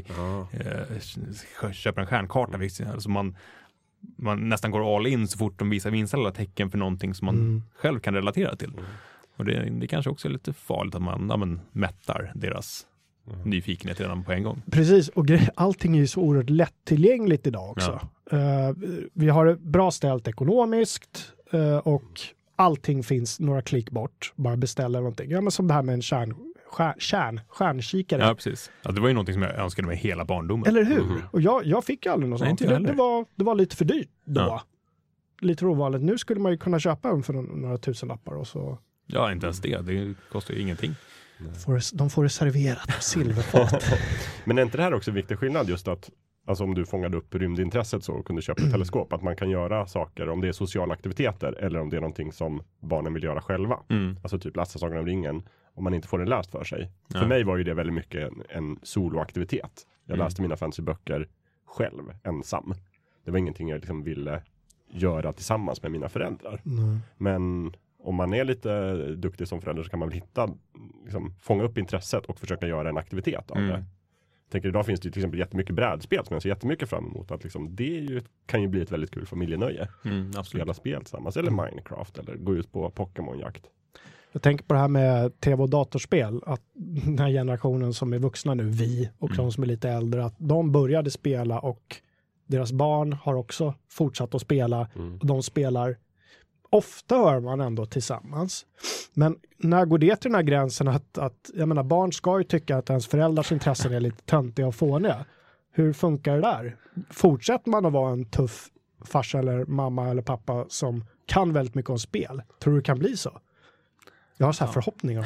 Speaker 3: köper en stjärnkarta. Alltså man nästan går all in så fort de visar alla tecken för någonting som man själv kan relatera till. Och det kanske också är lite farligt att man mättar deras nyfikenhet redan på en gång.
Speaker 2: Precis, och allting är ju så oerhört lättillgängligt idag också. Vi har det bra ställt ekonomiskt och allting finns några klick bort. Bara beställa någonting. Ja, men som det här med en stjärnkikare.
Speaker 3: Ja, precis. Ja, det var ju någonting som jag önskade mig hela barndomen.
Speaker 2: Eller hur? Och jag fick aldrig något sånt. Det var lite för dyrt då. Ja. Lite ovanligt. Nu skulle man ju kunna köpa en för några tusenlappar och så.
Speaker 3: Ja, inte ens det. Det kostar ju ingenting.
Speaker 2: De får det serverat på silverfat.
Speaker 4: Men är inte det här också en viktig skillnad just att alltså om du fångade upp rymdintresset så kunde köpa ett teleskop, att man kan göra saker om det är sociala aktiviteter eller om det är någonting som barnen vill göra själva. Alltså typ läsa Sagan om ringen om man inte får den läst för sig. För mig var ju det väldigt mycket en soloaktivitet. Jag läste mina fantasyböcker själv, ensam. Det var ingenting jag liksom ville göra tillsammans med mina föräldrar. Men om man är lite duktig som förälder så kan man väl fånga upp intresset och försöka göra en aktivitet av det. Jag tänker idag finns det till exempel jättemycket brädspel som jag ser jättemycket fram emot. Att det kan ju bli ett väldigt kul familjenöje. Spela spel tillsammans, eller Minecraft, eller gå ut på Pokémon-jakt.
Speaker 2: Jag tänker på det här med tv- och datorspel. Att den här generationen som är vuxna nu, vi och de som är lite äldre, att de började spela och deras barn har också fortsatt att spela. Och de spelar, ofta hör man ändå tillsammans. Men när går det till den här gränsen att jag menar, barn ska ju tycka att ens föräldrars intressen är lite töntiga och fåniga. Hur funkar det där? Fortsätter man att vara en tuff farsa eller mamma eller pappa som kan väldigt mycket om spel? Tror du det kan bli så? Jag har så här förhoppningar.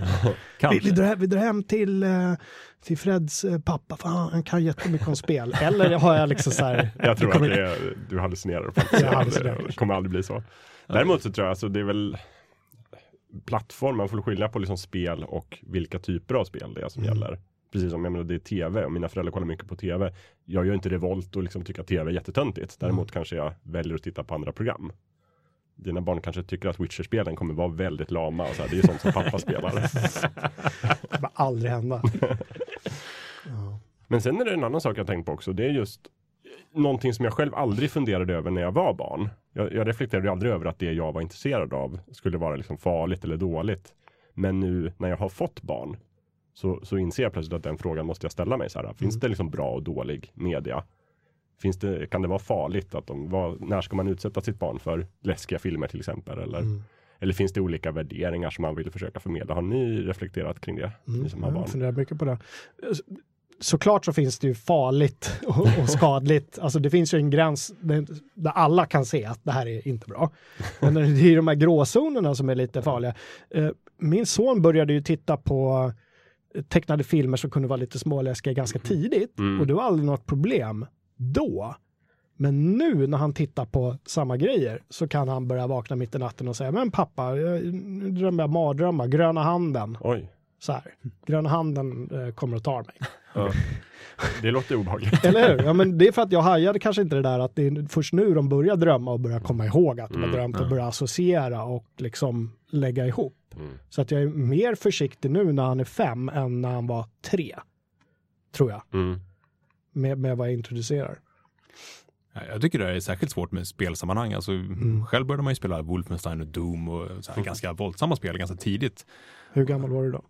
Speaker 2: Vi drar hem till Freds pappa. För han kan jättemycket om spel. Eller har jag liksom så här...
Speaker 4: Jag tror att du hallucinerar. Det kommer aldrig bli så. Däremot så tror jag alltså det är väl plattform. Man får skilja på liksom spel och vilka typer av spel det är som gäller. Precis som jag menar, det är tv och mina föräldrar kollar mycket på tv. Jag gör inte revolt och liksom tycker att tv är jättetöntigt. Däremot kanske jag väljer att titta på andra program. Dina barn kanske tycker att Witcher-spelen kommer vara väldigt lama. Och så här, det är ju sånt som pappa spelar.
Speaker 2: Det kommer aldrig hända.
Speaker 4: Men sen är det en annan sak jag tänkt på också. Det är just någonting som jag själv aldrig funderade över när jag var barn. Jag reflekterade aldrig över att det jag var intresserad av skulle vara liksom farligt eller dåligt. Men nu när jag har fått barn så inser jag plötsligt att den frågan måste jag ställa mig. Så här, finns det liksom bra och dålig media? Kan det vara farligt? När ska man utsätta sitt barn för läskiga filmer till exempel? Eller finns det olika värderingar som man vill försöka förmedla? Har ni reflekterat kring det? Ni som har barn?
Speaker 2: Jag funderar mycket på det. Såklart så finns det ju farligt och skadligt. Alltså det finns ju en gräns där alla kan se att det här är inte bra. Men det är de här gråzonerna som är lite farliga. Min son började ju titta på tecknade filmer som kunde vara lite småläskiga ganska tidigt. Och det var aldrig något problem då. Men nu när han tittar på samma grejer så kan han börja vakna mitt i natten och säga, men pappa, nu drömmer jag mardrömmar, gröna handen.
Speaker 4: Oj.
Speaker 2: Så här, gröna handen kommer att ta mig.
Speaker 4: Ja. Det låter obehagligt.
Speaker 2: Eller hur? Ja, men det är för att jag hajade kanske inte det där att det är först nu de börjar drömma och börjar komma ihåg att de har drömt och börja associera och liksom lägga ihop. Så att jag är mer försiktig nu när han är 5 än när han var 3. Tror jag. Med vad jag introducerar.
Speaker 3: Jag tycker det är särskilt svårt med spelsammanhang. Alltså, själv började man ju spela Wolfenstein och Doom och så här ganska våldsamma spel ganska tidigt.
Speaker 2: Hur gammal var du då?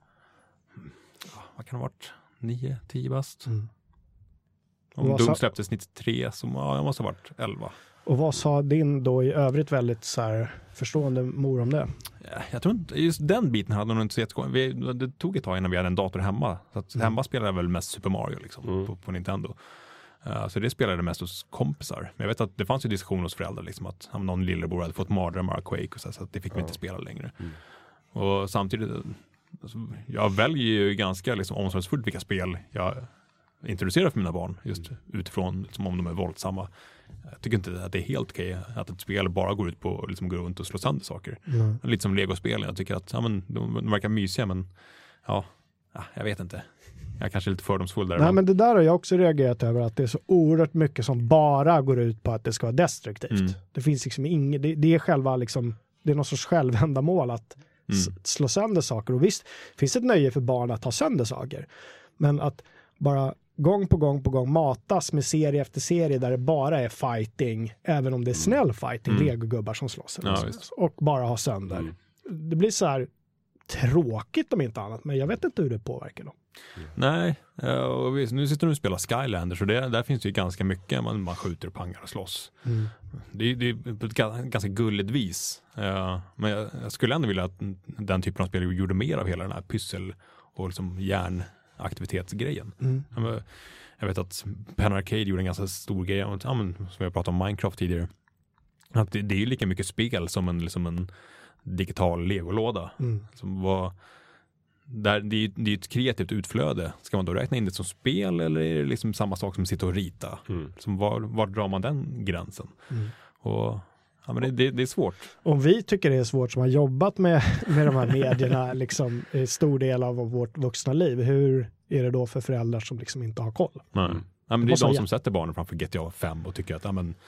Speaker 3: Vad kan det ha varit? 9-10 bast. Om Doom släpptes 93 så jag måste ha varit 11.
Speaker 2: Och vad sa din då i övrigt väldigt så här förstående mor om det?
Speaker 3: Jag tror inte, just den biten hade hon inte så jättekonstigt. Det tog ett tag innan vi hade en dator hemma. Så att hemma spelade jag väl mest Super Mario liksom, på Nintendo. Så det spelade mest hos kompisar. Men jag vet att det fanns ju diskussion hos föräldrar liksom, att någon lillebror hade fått mardrömmar av Quake och så att det fick vi inte spela längre. Och samtidigt, alltså, jag väljer ju ganska liksom, omsorgsfullt vilka spel jag introducerar för mina barn. Just utifrån som om de är våldsamma. Jag tycker inte att det är helt okej att ett spel bara går ut på att liksom, gå runt och slå sönder saker. Lite som Lego-spelen. Jag tycker att de verkar mysiga, men jag vet inte. Jag kanske är lite fördomsfull där.
Speaker 2: Nej, men det där har jag också reagerat över, att det är så oerhört mycket som bara går ut på att det ska vara destruktivt. Det finns liksom inget, det är själva liksom, det är någon sorts självändamål att slå sönder saker. Och visst, finns ett nöje för barn att ta sönder saker. Men att bara gång på gång matas med serie efter serie där det bara är fighting, även om det är snäll fighting, legogubbar som slåss. Och bara ha sönder. Det blir så här tråkigt om inte annat, men jag vet inte hur det påverkar dem.
Speaker 3: Nej, och nu sitter du och spelar Skylanders och där finns det ju ganska mycket, man skjuter och pangar och slåss. Det är på ett ganska gulligt vis. Men jag skulle ändå vilja att den typen av spel gjorde mer av hela den här pyssel och liksom hjärnaktivitetsgrejen. Jag vet att Penn Arcade gjorde en ganska stor grej, som jag pratade om Minecraft tidigare. Att det är ju lika mycket spel som en digital legolåda. Som var där det är ett kreativt utflöde. Ska man då räkna in det som spel eller är det liksom samma sak som sitta och rita? Som var drar man den gränsen? Och men det är svårt.
Speaker 2: Om vi tycker det är svårt som har jobbat med de här medierna liksom en stor del av vårt vuxna liv, hur är det då för föräldrar som liksom inte har koll?
Speaker 3: Men det är de som sätter barnen framför GTA 5 och tycker att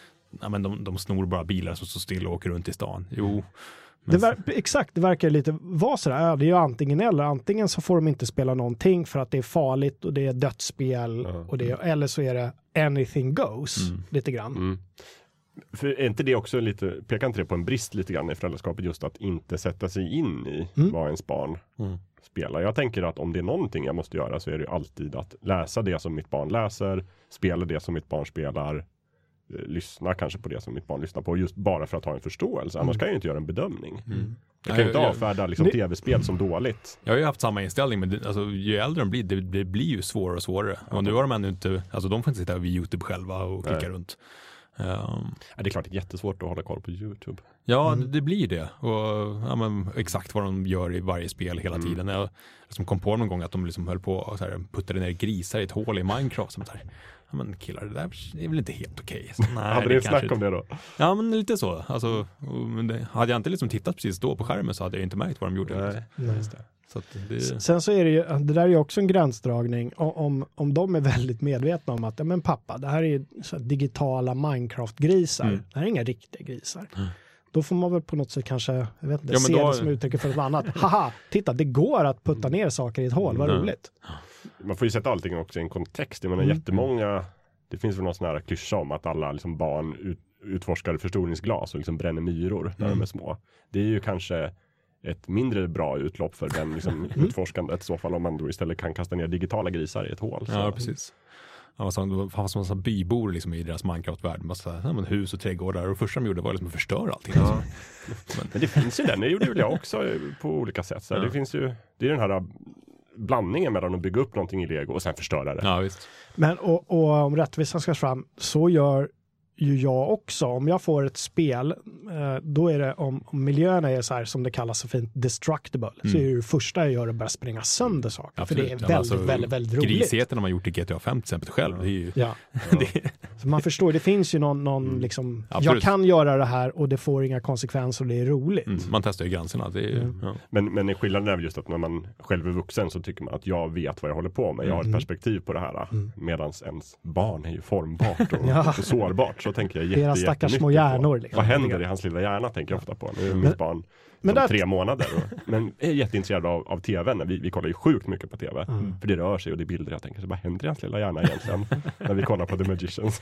Speaker 3: de snor bara bilar som står still och åker runt i stan. Jo.
Speaker 2: Exakt, det verkar lite vara sådär. Det är ju antingen eller. Antingen så får de inte spela någonting för att det är farligt och det är dödsspel och eller så är det anything goes lite grann.
Speaker 4: För är inte det också lite, pekar inte det på en brist lite grann i föräldraskapet, just att inte sätta sig in i vad ens barn spelar? Jag tänker att om det är någonting jag måste göra så är det alltid att läsa det som mitt barn läser, spela det som mitt barn spelar, lyssna kanske på det som mitt barn lyssnar på, just bara för att ha en förståelse. Annars kan jag ju inte göra en bedömning. Jag kan ju inte avfärda liksom tv-spel som dåligt.
Speaker 3: Jag har ju haft samma inställning, men ju äldre de blir, det blir ju svårare och svårare. Och nu har de ännu inte, alltså de får inte sitta vid YouTube själva och klicka runt.
Speaker 4: Det är klart det är jättesvårt att hålla koll på YouTube.
Speaker 3: Ja, det blir det. Och exakt vad de gör i varje spel hela tiden. Jag liksom kom på någon gång att de liksom höll på och så här, puttade ner grisar i ett hål i Minecraft. Som så här. Men killar, det där är väl inte helt okej.
Speaker 4: Hade du snack om det då?
Speaker 3: Ja, men lite så. Alltså, hade jag inte liksom tittat precis då på skärmen så hade jag inte märkt vad de gjorde.
Speaker 4: Nej.
Speaker 3: Så att det...
Speaker 2: Sen så är det där är ju också en gränsdragning. Om de är väldigt medvetna om att men pappa, det här är så här digitala Minecraft-grisar. Det här är inga riktiga grisar. Då får man väl på något sätt kanske, jag vet inte, se det som uttrycker för något annat. Haha, titta, det går att putta ner saker i ett hål, vad roligt.
Speaker 4: Man får ju sätta allting också i en kontext. Jag menar jättemånga, det finns väl någon sån här klyscha om att alla liksom barn utforskar förstoringsglas och liksom bränner myror när de är små. Det är ju kanske ett mindre bra utlopp för den liksom utforskandet i så fall, om man då istället kan kasta ner digitala grisar i ett hål. Så.
Speaker 3: Ja, precis. Det fanns en massa bybor liksom i deras Minecraft-värld. Massa hus och trädgårdar. Och första de gjorde var liksom att förstöra allting.
Speaker 4: Ja. Men det finns ju det gjorde jag också på olika sätt. Så det finns ju, det är den här blandningen mellan att bygga upp någonting i Lego och sen förstöra det.
Speaker 3: Ja, visst.
Speaker 2: Men och om rättvisan ska fram, så gör ju jag också. Om jag får ett spel, då är det om miljöerna är så här som det kallas så fint destructible, så är det första jag gör att börja spränga sönder saker. Absolut. För det är väldigt roligt.
Speaker 3: Grisheten har man gjort i GTA 5 till exempel själv. Det är ju,
Speaker 2: Så man förstår, det finns ju någon liksom, jag kan göra det här och det får inga konsekvenser och det är roligt.
Speaker 3: Man testar ju gränserna. Det är,
Speaker 4: Men skillnaden är just att när man själv är vuxen så tycker man att jag vet vad jag håller på med. Jag har ett perspektiv på det här. Medan ens barn är ju formbart och sårbart. Så tänker jag
Speaker 2: deras stackars små hjärnor. Liksom.
Speaker 4: Vad händer i hans lilla hjärna, tänker jag ofta på. Nu är mitt barn som 3 månader. Men är jätteintresserad av tv. Vi kollar ju sjukt mycket på tv. För det rör sig och det är bilder. Jag tänker så vad händer i hans lilla hjärna egentligen när vi kollar på The Magicians?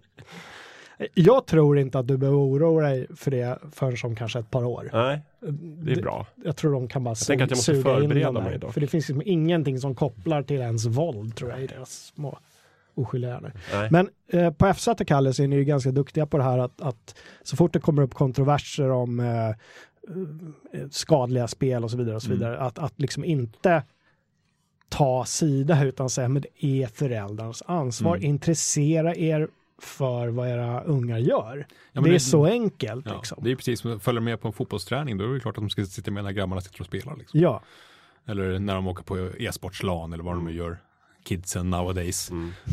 Speaker 2: Jag tror inte att du behöver oroa dig för det förrän som kanske ett par år.
Speaker 4: Nej, det är bra.
Speaker 2: Jag tror de kan bara
Speaker 4: suga in dem
Speaker 2: där. För det finns liksom ingenting som kopplar till ens våld, tror jag, i deras små oskyldiga hjärnor. Men på FZ och Kalle så är ni ju ganska duktiga på det här att så fort det kommer upp kontroverser om skadliga spel och så vidare, att liksom inte ta sida utan säga men det är föräldrarnas ansvar. Intressera er för vad era ungar gör. Ja, det är så enkelt.
Speaker 3: Ja,
Speaker 2: liksom.
Speaker 3: Det är precis som att följa med på en fotbollsträning. Då är det klart att de ska sitta med när grabbarna sitter och spelar. Liksom.
Speaker 2: Ja.
Speaker 3: Eller när de åker på e-sportslan eller vad de gör. Kidsen nowadays.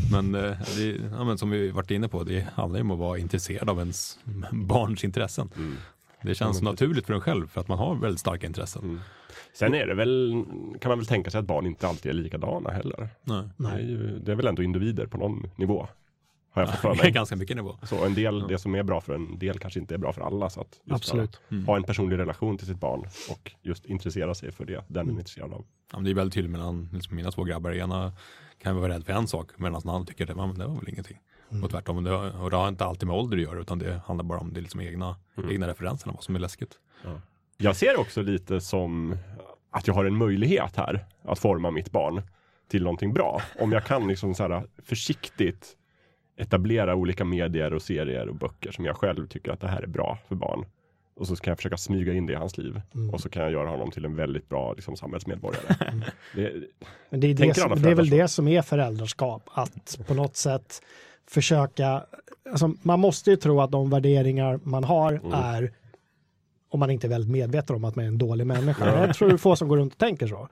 Speaker 3: Men som vi varit inne på, det handlar ju om att vara intresserad av ens barns intressen. Det känns naturligt för en själv för att man har väldigt starka intressen.
Speaker 4: Sen är det väl, kan man väl tänka sig att barn inte alltid är likadana heller. Nej. Det är väl ändå individer på någon nivå. Har jag fått för mig.
Speaker 3: Ganska mycket nivå.
Speaker 4: Så en del, det som är bra för en del kanske inte är bra för alla. Så att
Speaker 2: absolut.
Speaker 4: Ha en personlig relation till sitt barn och just intressera sig för det den är intresserad av.
Speaker 3: Ja, det är väldigt tydligt mellan liksom, mina 2 grabbar. Ena kan vara rädd för en sak medan den andra tycker att det var väl ingenting. Och tvärtom, det har inte alltid med ålder att göra utan det handlar bara om det liksom egna referenserna, vad som är läskigt.
Speaker 4: Ja. Jag ser också lite som att jag har en möjlighet här att forma mitt barn till någonting bra. Om jag kan liksom så här försiktigt etablera olika medier och serier och böcker som jag själv tycker att det här är bra för barn. Och så kan jag försöka smyga in det i hans liv. Och så kan jag göra honom till en väldigt bra liksom, samhällsmedborgare.
Speaker 2: Men det är väl det som är föräldraskap. Att på något sätt försöka... Alltså, man måste ju tro att de värderingar man har är... Om man inte är väldigt medveten om att man är en dålig människa. Jag tror det är få som går runt och tänker så.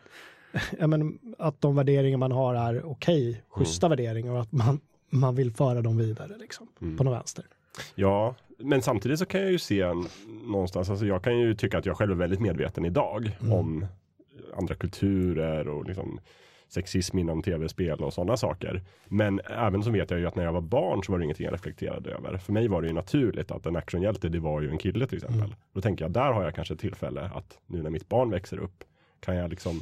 Speaker 2: Att de värderingar man har är okej, schyssta värderingar. Och att man vill föra dem vidare liksom, på någon vänster.
Speaker 4: Ja, men samtidigt så kan jag ju se någonstans, alltså jag kan ju tycka att jag själv är väldigt medveten idag om andra kulturer och liksom sexism inom tv-spel och sådana saker. Men även så vet jag ju att när jag var barn så var det ingenting jag reflekterade över. För mig var det ju naturligt att en actionhjälte, det var ju en kille till exempel. Då tänker jag, där har jag kanske ett tillfälle att nu när mitt barn växer upp kan jag liksom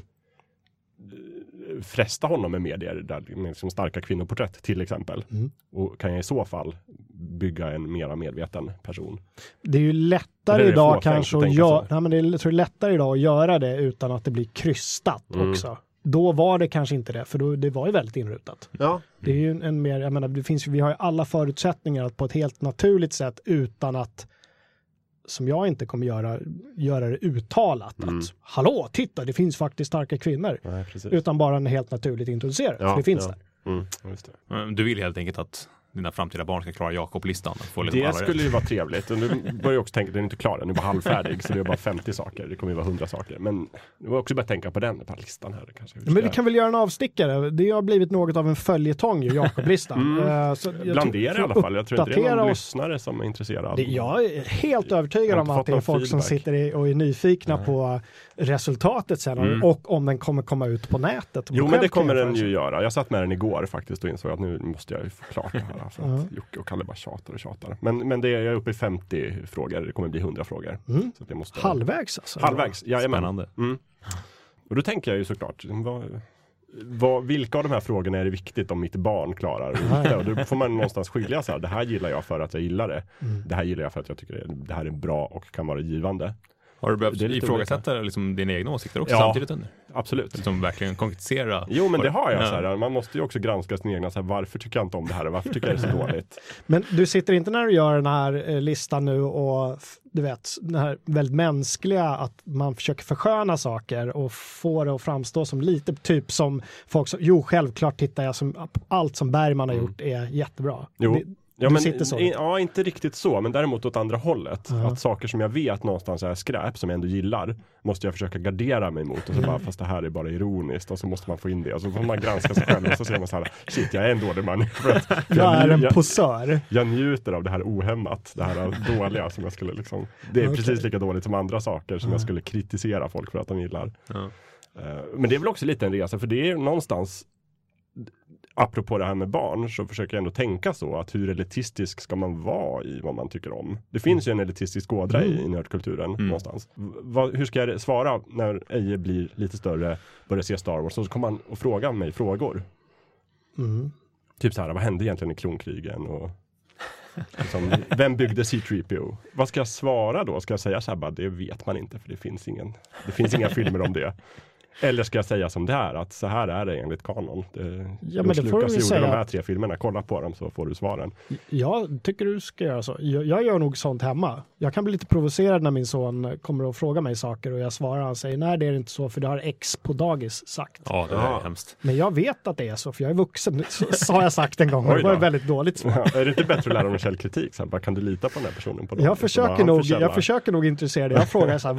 Speaker 4: fresta honom med medier där, med liksom starka kvinnoporträtt till exempel. Och kan jag i så fall bygga en mera medveten person.
Speaker 2: Det är ju lättare idag kanske att göra, men det är lättare idag att göra det utan att det blir krystat också. Då var det kanske inte det, för det var ju väldigt inrutat.
Speaker 4: Ja.
Speaker 2: Det är ju en mer, jag menar, vi har ju alla förutsättningar att på ett helt naturligt sätt utan att, som jag inte kommer göra det uttalat att hallå, titta, det finns faktiskt starka kvinnor.
Speaker 4: Nej,
Speaker 2: utan bara en helt naturligt introducerat, för det finns där.
Speaker 4: Just det.
Speaker 3: Du vill helt enkelt att dina framtida barn ska klara Jakob-listan.
Speaker 4: Det skulle ju vara trevligt. Och nu börjar jag också tänka att den är inte klar. Den är bara halvfärdig, så det är bara 50 saker. Det kommer ju vara 100 saker. Men nu var också bara tänka på den listan här.
Speaker 2: Men vi kan väl göra en avstickare. Det har blivit något av en följetong ju, Jakob-listan.
Speaker 4: Bland er i alla fall. Jag tror inte det är någon lyssnare som är intresserad.
Speaker 2: Jag är helt övertygad om att det är folk som sitter och är nyfikna på resultatet sen och om den kommer komma ut på nätet.
Speaker 4: Jo, men det kommer den ju göra. Jag satt med den igår faktiskt och insåg att nu måste jag ju få klart det här. För att Jocke och Kalle bara tjatar. Men jag är uppe i 50 frågor. Det kommer bli 100 frågor. Så det måste...
Speaker 2: Halvvägs alltså?
Speaker 4: Halvvägs, ja.
Speaker 3: Spännande.
Speaker 4: Och då tänker jag ju såklart, vilka av de här frågorna är det viktigt om mitt barn klarar? Och då får man någonstans skilja så här. Det här gillar jag för att jag gillar det. Det här gillar jag för att jag tycker det här är bra och kan vara givande.
Speaker 3: Har du behövt ifrågasätta liksom dina egna åsikter också samtidigt under?
Speaker 4: Absolut.
Speaker 3: Liksom verkligen konkretisera.
Speaker 4: Jo, men det har jag. Så här. Man måste ju också granska sin egna. Så här, varför tycker jag inte om det här? Varför tycker jag det är så dåligt?
Speaker 2: Men du sitter inte när du gör den här listan nu och du vet, det här väldigt mänskliga att man försöker försköna saker och få det att framstå som lite typ som folk som, självklart tittar jag som allt som Bergman har gjort är jättebra.
Speaker 4: Jo. Inte riktigt så, men däremot åt andra hållet. Att saker som jag vet någonstans är skräp, som jag ändå gillar, måste jag försöka gardera mig mot. Och så bara, fast det här är bara ironiskt. Och så måste man få in det. Och så får man granska sig själv och så ser man så här, shit, jag är en dålig man.
Speaker 2: Jag är en posör.
Speaker 4: Jag njuter av det här ohämmat, det här dåliga som jag skulle liksom... Det är precis lika dåligt som andra saker som jag skulle kritisera folk för att de gillar. Men det är väl också lite en resa, för det är någonstans... Apropå det här med barn så försöker jag ändå tänka så att hur elitistisk ska man vara i vad man tycker om. Det finns ju en elitistisk ådra i nördkulturen någonstans. Hur ska jag svara när Eje blir lite större, börjar se Star Wars, så kommer han och fråga mig frågor. Typ så här, vad hände egentligen i klonkrigen? Och liksom, vem byggde C-3PO? Vad ska jag svara då? Ska jag säga så här, bara, det vet man inte för det finns inga filmer om det. Eller ska jag säga som det är, att så här är det enligt kanon.
Speaker 2: Men det får du säga.
Speaker 4: De här 3 filmerna, kolla på dem så får du svaren.
Speaker 2: Jag tycker du ska göra så. Jag gör nog sånt hemma. Jag kan bli lite provocerad när min son kommer och frågar mig saker och jag svarar och han säger nej, det är inte så för det har X på dagis sagt.
Speaker 3: Ja, det är hemskt.
Speaker 2: Men jag vet att det är så för jag är vuxen, så har jag sagt en gång och det var väldigt dåligt svar.
Speaker 4: Är det inte bättre att lära dem källkritik? Så här, bara, kan du lita på den här personen? På
Speaker 2: jag försöker nog intressera dig. Jag frågar så här,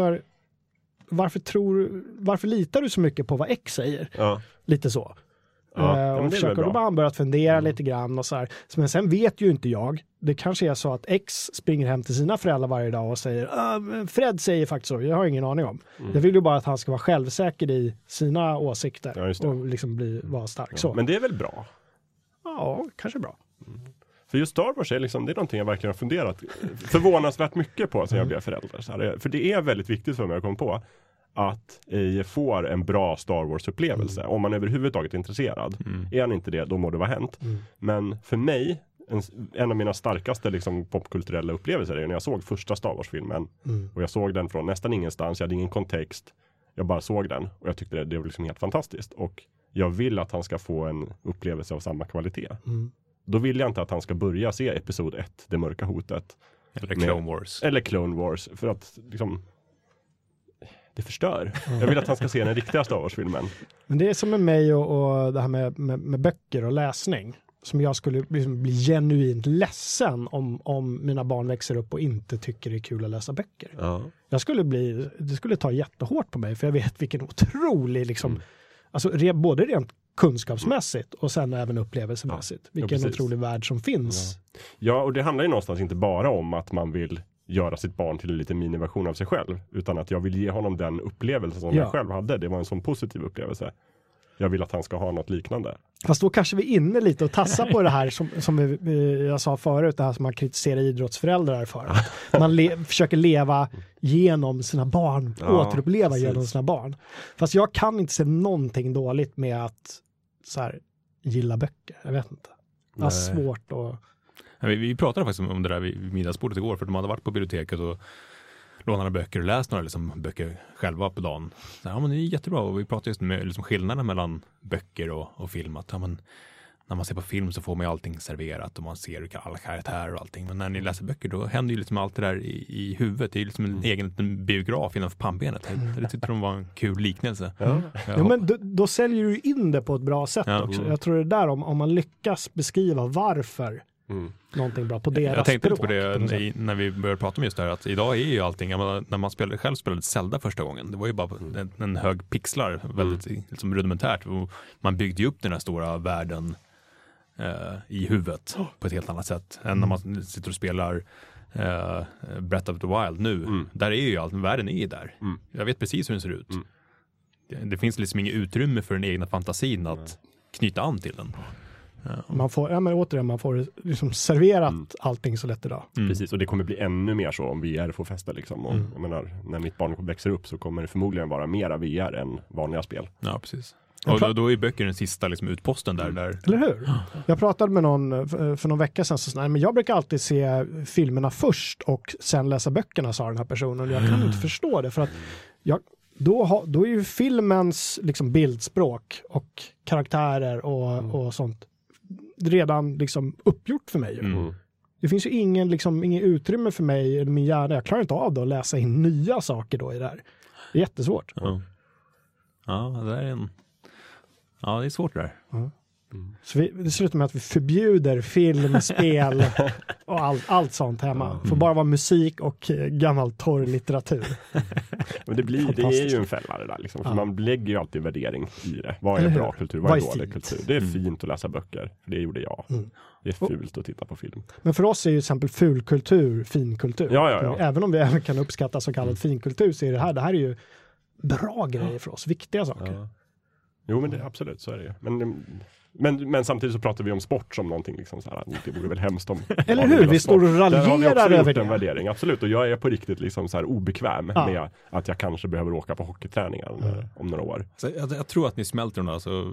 Speaker 2: varför litar du så mycket på vad X säger? Lite så. Och försöker då bara han börjat fundera lite grann och så här. Men sen vet ju inte jag. Det kanske är så att X springer hem till sina föräldrar varje dag och säger Fred säger faktiskt så, jag har ingen aning om. Jag vill ju bara att han ska vara självsäker i sina åsikter och liksom vara stark så.
Speaker 4: Men det är väl bra?
Speaker 2: Ja, kanske bra.
Speaker 4: För just Star Wars är liksom, det är någonting jag verkligen har funderat förvånansvärt mycket på sen jag blev förälder. Så här, för det är väldigt viktigt för mig att komma på att jag får en bra Star Wars-upplevelse om man överhuvudtaget är intresserad. Är han inte det, då må det vara hänt. Men för mig, en av mina starkaste liksom, popkulturella upplevelser är när jag såg första Star Wars-filmen. Och jag såg den från nästan ingenstans, jag hade ingen kontext. Jag bara såg den och jag tyckte det var liksom helt fantastiskt. Och jag vill att han ska få en upplevelse av samma kvalitet. Då vill jag inte att han ska börja se episod 1, Det mörka hotet. Eller Clone Wars. För att liksom, det förstör. Jag vill att han ska se den riktiga Star Wars-filmen.
Speaker 2: Men det är som med mig och det här med böcker och läsning. Som jag skulle liksom bli genuint ledsen om mina barn växer upp och inte tycker det är kul att läsa böcker. Det skulle ta jättehårt på mig för jag vet vilken otrolig liksom, alltså både rent kunskapsmässigt och sen även upplevelsemässigt. Vilken otrolig värld som finns.
Speaker 4: Ja, och det handlar ju någonstans inte bara om att man vill göra sitt barn till en liten miniversion av sig själv. Utan att jag vill ge honom den upplevelse som jag själv hade. Det var en sån positiv upplevelse. Jag vill att han ska ha något liknande.
Speaker 2: Fast då kanske vi är inne lite och tassar på det här som jag sa förut, det här som man kritiserar idrottsföräldrar för. Man försöker leva genom sina barn, återuppleva genom sina barn. Fast jag kan inte se någonting dåligt med att så här, gilla böcker. Jag vet inte. Det är svårt att...
Speaker 3: Vi pratade faktiskt om det där vid middagsbordet igår, för de hade varit på biblioteket och lånade böcker och läst några liksom, böcker själva på dagen. Så, men det är jättebra och vi pratade just med liksom, skillnaden mellan böcker och film. Att, när man ser på film så får man ju allting serverat och man ser alla karaktärer och allting. Men när ni läser böcker då händer ju liksom allt det där i huvudet. Det är ju liksom en egen biograf innanför pannbenet. Det tyckte de var en kul liknelse.
Speaker 2: Ja, men då säljer du in det på ett bra sätt också. Jag tror det där om man lyckas beskriva varför någonting bra på deras
Speaker 3: jag tänkte
Speaker 2: språk,
Speaker 3: på det när vi började prata om just det här, att idag är ju allting, när man själv spelade Zelda första gången, det var ju bara en hög pixlar, väldigt liksom rudimentärt, och man byggde ju upp den här stora världen i huvudet på ett helt annat sätt än när man sitter och spelar Breath of the Wild nu. Där är ju allt, världen är ju där. Jag vet precis hur den ser ut. Det finns liksom inget utrymme för den egna fantasin att knyta an till den.
Speaker 2: Man får liksom serverat allting så lätt idag.
Speaker 4: Precis, och det kommer bli ännu mer så om VR får fästa liksom. Och jag menar, när mitt barn växer upp så kommer det förmodligen vara mera VR än vanliga spel.
Speaker 3: Ja, precis. Och då är böcker den sista liksom, utposten där.
Speaker 2: Eller hur? Jag pratade med någon för någon vecka sedan, så men jag brukar alltid se filmerna först och sen läsa böckerna, sa den här personen. Jag kan inte förstå det, för att då är ju filmens liksom bildspråk och karaktärer och sånt redan liksom uppgjort för mig. Det finns ju inget utrymme för mig eller min hjärna. Jag klarar inte av att läsa in nya saker då i det här. Det är jättesvårt.
Speaker 3: Ja, det är det är svårt det där.
Speaker 2: Så det slutar med att vi förbjuder film, spel och allt sånt hemma. Får bara vara musik och gammal torr litteratur.
Speaker 4: Men det är ju en fälla det där liksom. För man lägger ju alltid värdering i det. Vad är bra kultur? Vad är dålig kultur? Det är fint att läsa böcker. Det gjorde jag. Det är fult att titta på film.
Speaker 2: Men för oss är ju till exempel fulkultur finkultur.
Speaker 4: Ja.
Speaker 2: Även om vi även kan uppskatta så kallad finkultur, så är det här är ju bra grejer för oss. Viktiga saker.
Speaker 4: Ja. Jo, men absolut, så är det ju. Men samtidigt så pratar vi om sport som någonting liksom så här, det vore väl hemskt om...
Speaker 2: Eller hur? Vi står och raljerar över det.
Speaker 4: En värdering, absolut. Och jag är på riktigt liksom så här obekväm med att jag kanske behöver åka på hockeyträningar om några år.
Speaker 3: Så jag tror att ni smälter dem där. Alltså,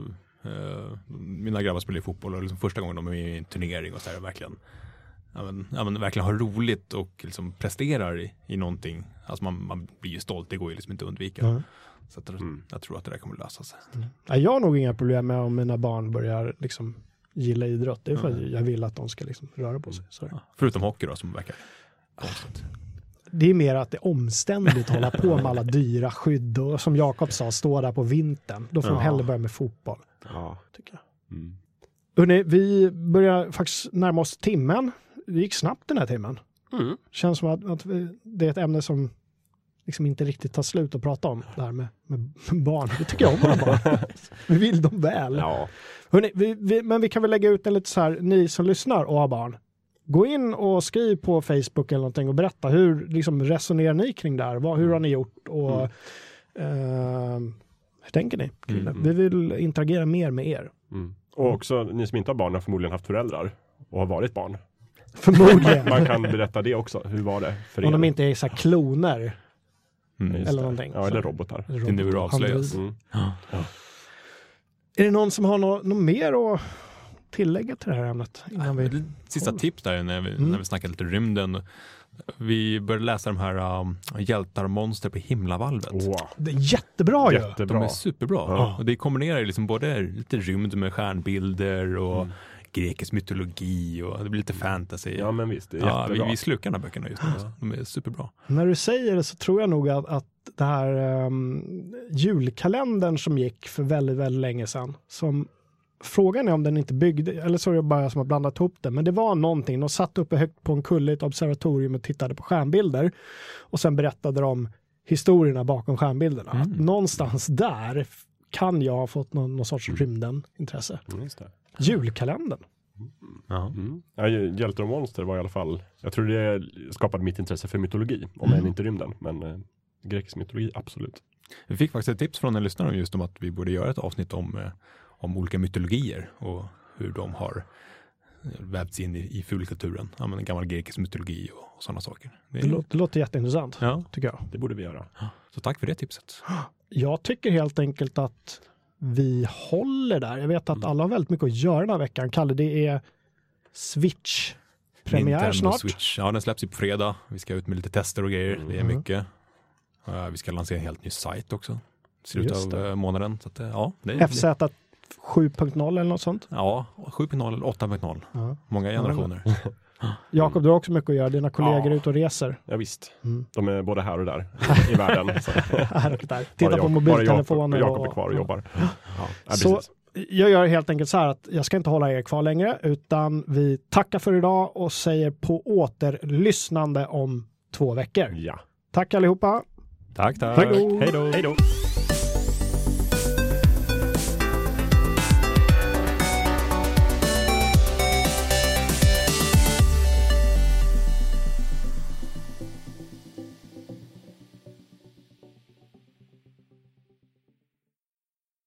Speaker 3: mina grabbar spelar i fotboll och liksom första gången de är i en turnering och så här verkligen verkligen har roligt och liksom presterar i någonting. Alltså man blir ju stolt, det går ju liksom inte att undvika. Så jag tror att det där kommer att lösa sig.
Speaker 2: Jag har nog inga problem med om mina barn börjar liksom gilla idrott. Det är för att jag vill att de ska liksom röra på sig.
Speaker 3: Förutom hockey då, som verkar konstigt.
Speaker 2: Det är mer att det är omständigt att hålla på med alla dyra skydd och som Jakob sa, stå där på vintern. Då får de hellre börja med fotboll. Tycker jag. Hörrni, vi börjar faktiskt närma oss timmen. Det gick snabbt den här timmen. Känns som att det är ett ämne som liksom inte riktigt tar slut att prata om, det här med barn. Vi tycker om våra barn. Vi vill dem väl.
Speaker 4: Ja.
Speaker 2: Hörrni, men vi kan väl lägga ut en lite så här, ni som lyssnar och har barn. Gå in och skriv på Facebook eller någonting och berätta hur liksom resonerar ni kring det här? Hur har ni gjort? Och hur tänker ni? Vi vill interagera mer med er.
Speaker 4: Och också, ni som inte har barn har förmodligen haft föräldrar och har varit barn.
Speaker 2: Förmodligen.
Speaker 4: Man kan berätta det också. Hur var det för er?
Speaker 2: Om de inte är så här kloner. Eller någonting.
Speaker 4: Ja, eller robotar.
Speaker 3: Det nu avslöjas.
Speaker 2: Är det någon som har något mer att tillägga till det här ämnet?
Speaker 3: Sista tips där när vi snackade lite rymden. Vi började läsa de här hjältar och monster på himlavalvet.
Speaker 2: Det är jättebra ju.
Speaker 3: De är superbra. Och det kombinerar liksom både lite rymd med stjärnbilder och grekisk mytologi och det blir lite fantasy.
Speaker 4: Ja, men visst, det är jättebra.
Speaker 3: Vi slukar de här böckerna just nu. De är superbra.
Speaker 2: När du säger det så tror jag nog att det här julkalendern som gick för väldigt, väldigt länge sedan, som frågan är om den inte byggde, eller så är det bara jag som har blandat ihop det, men det var någonting. De satt uppe högt på en kulle i ett observatorium och tittade på stjärnbilder och sen berättade de historierna bakom stjärnbilderna. Någonstans där kan jag ha fått någon sorts rymden-intresse.
Speaker 4: Just det.
Speaker 2: Julkalendern.
Speaker 4: Ja, hjältar och monster var i alla fall, jag tror det skapade mitt intresse för mytologi, om än inte rymden, men grekisk mytologi, absolut.
Speaker 3: Vi fick faktiskt ett tips från en lyssnare just om att vi borde göra ett avsnitt om olika mytologier och hur de har vävts in i fulkulturen. Ja, men en gammal grekisk mytologi och sådana saker.
Speaker 2: Det låter jätteintressant, tycker jag.
Speaker 4: Det borde vi göra.
Speaker 3: Så tack för det tipset.
Speaker 2: Jag tycker helt enkelt att vi håller där. Jag vet att alla har väldigt mycket att göra den här veckan. Kalle, det är Switch-premiär snart.
Speaker 3: Switch. Ja, den släpps ju på fredag. Vi ska ut med lite tester och grejer. Det är mycket. Vi ska lansera en helt ny sajt också. Slutet av månaden. Så att, det är
Speaker 2: 7.0 eller något sånt?
Speaker 3: Ja, 7.0 eller 8.0.
Speaker 2: Ja.
Speaker 3: Många generationer.
Speaker 2: Jakob, du har också mycket att göra. Dina kollegor är ute och reser.
Speaker 4: Ja, visst. De är både här och där i världen. Så.
Speaker 2: Här och där. Titta på mobiltelefoner.
Speaker 4: Jakob är kvar och jobbar. Ja,
Speaker 2: så jag gör helt enkelt så här att jag ska inte hålla er kvar längre, utan vi tackar för idag och säger på återlyssnande om 2 veckor.
Speaker 4: Ja.
Speaker 2: Tack allihopa.
Speaker 3: Tack.
Speaker 2: Hej då.
Speaker 4: Hej då.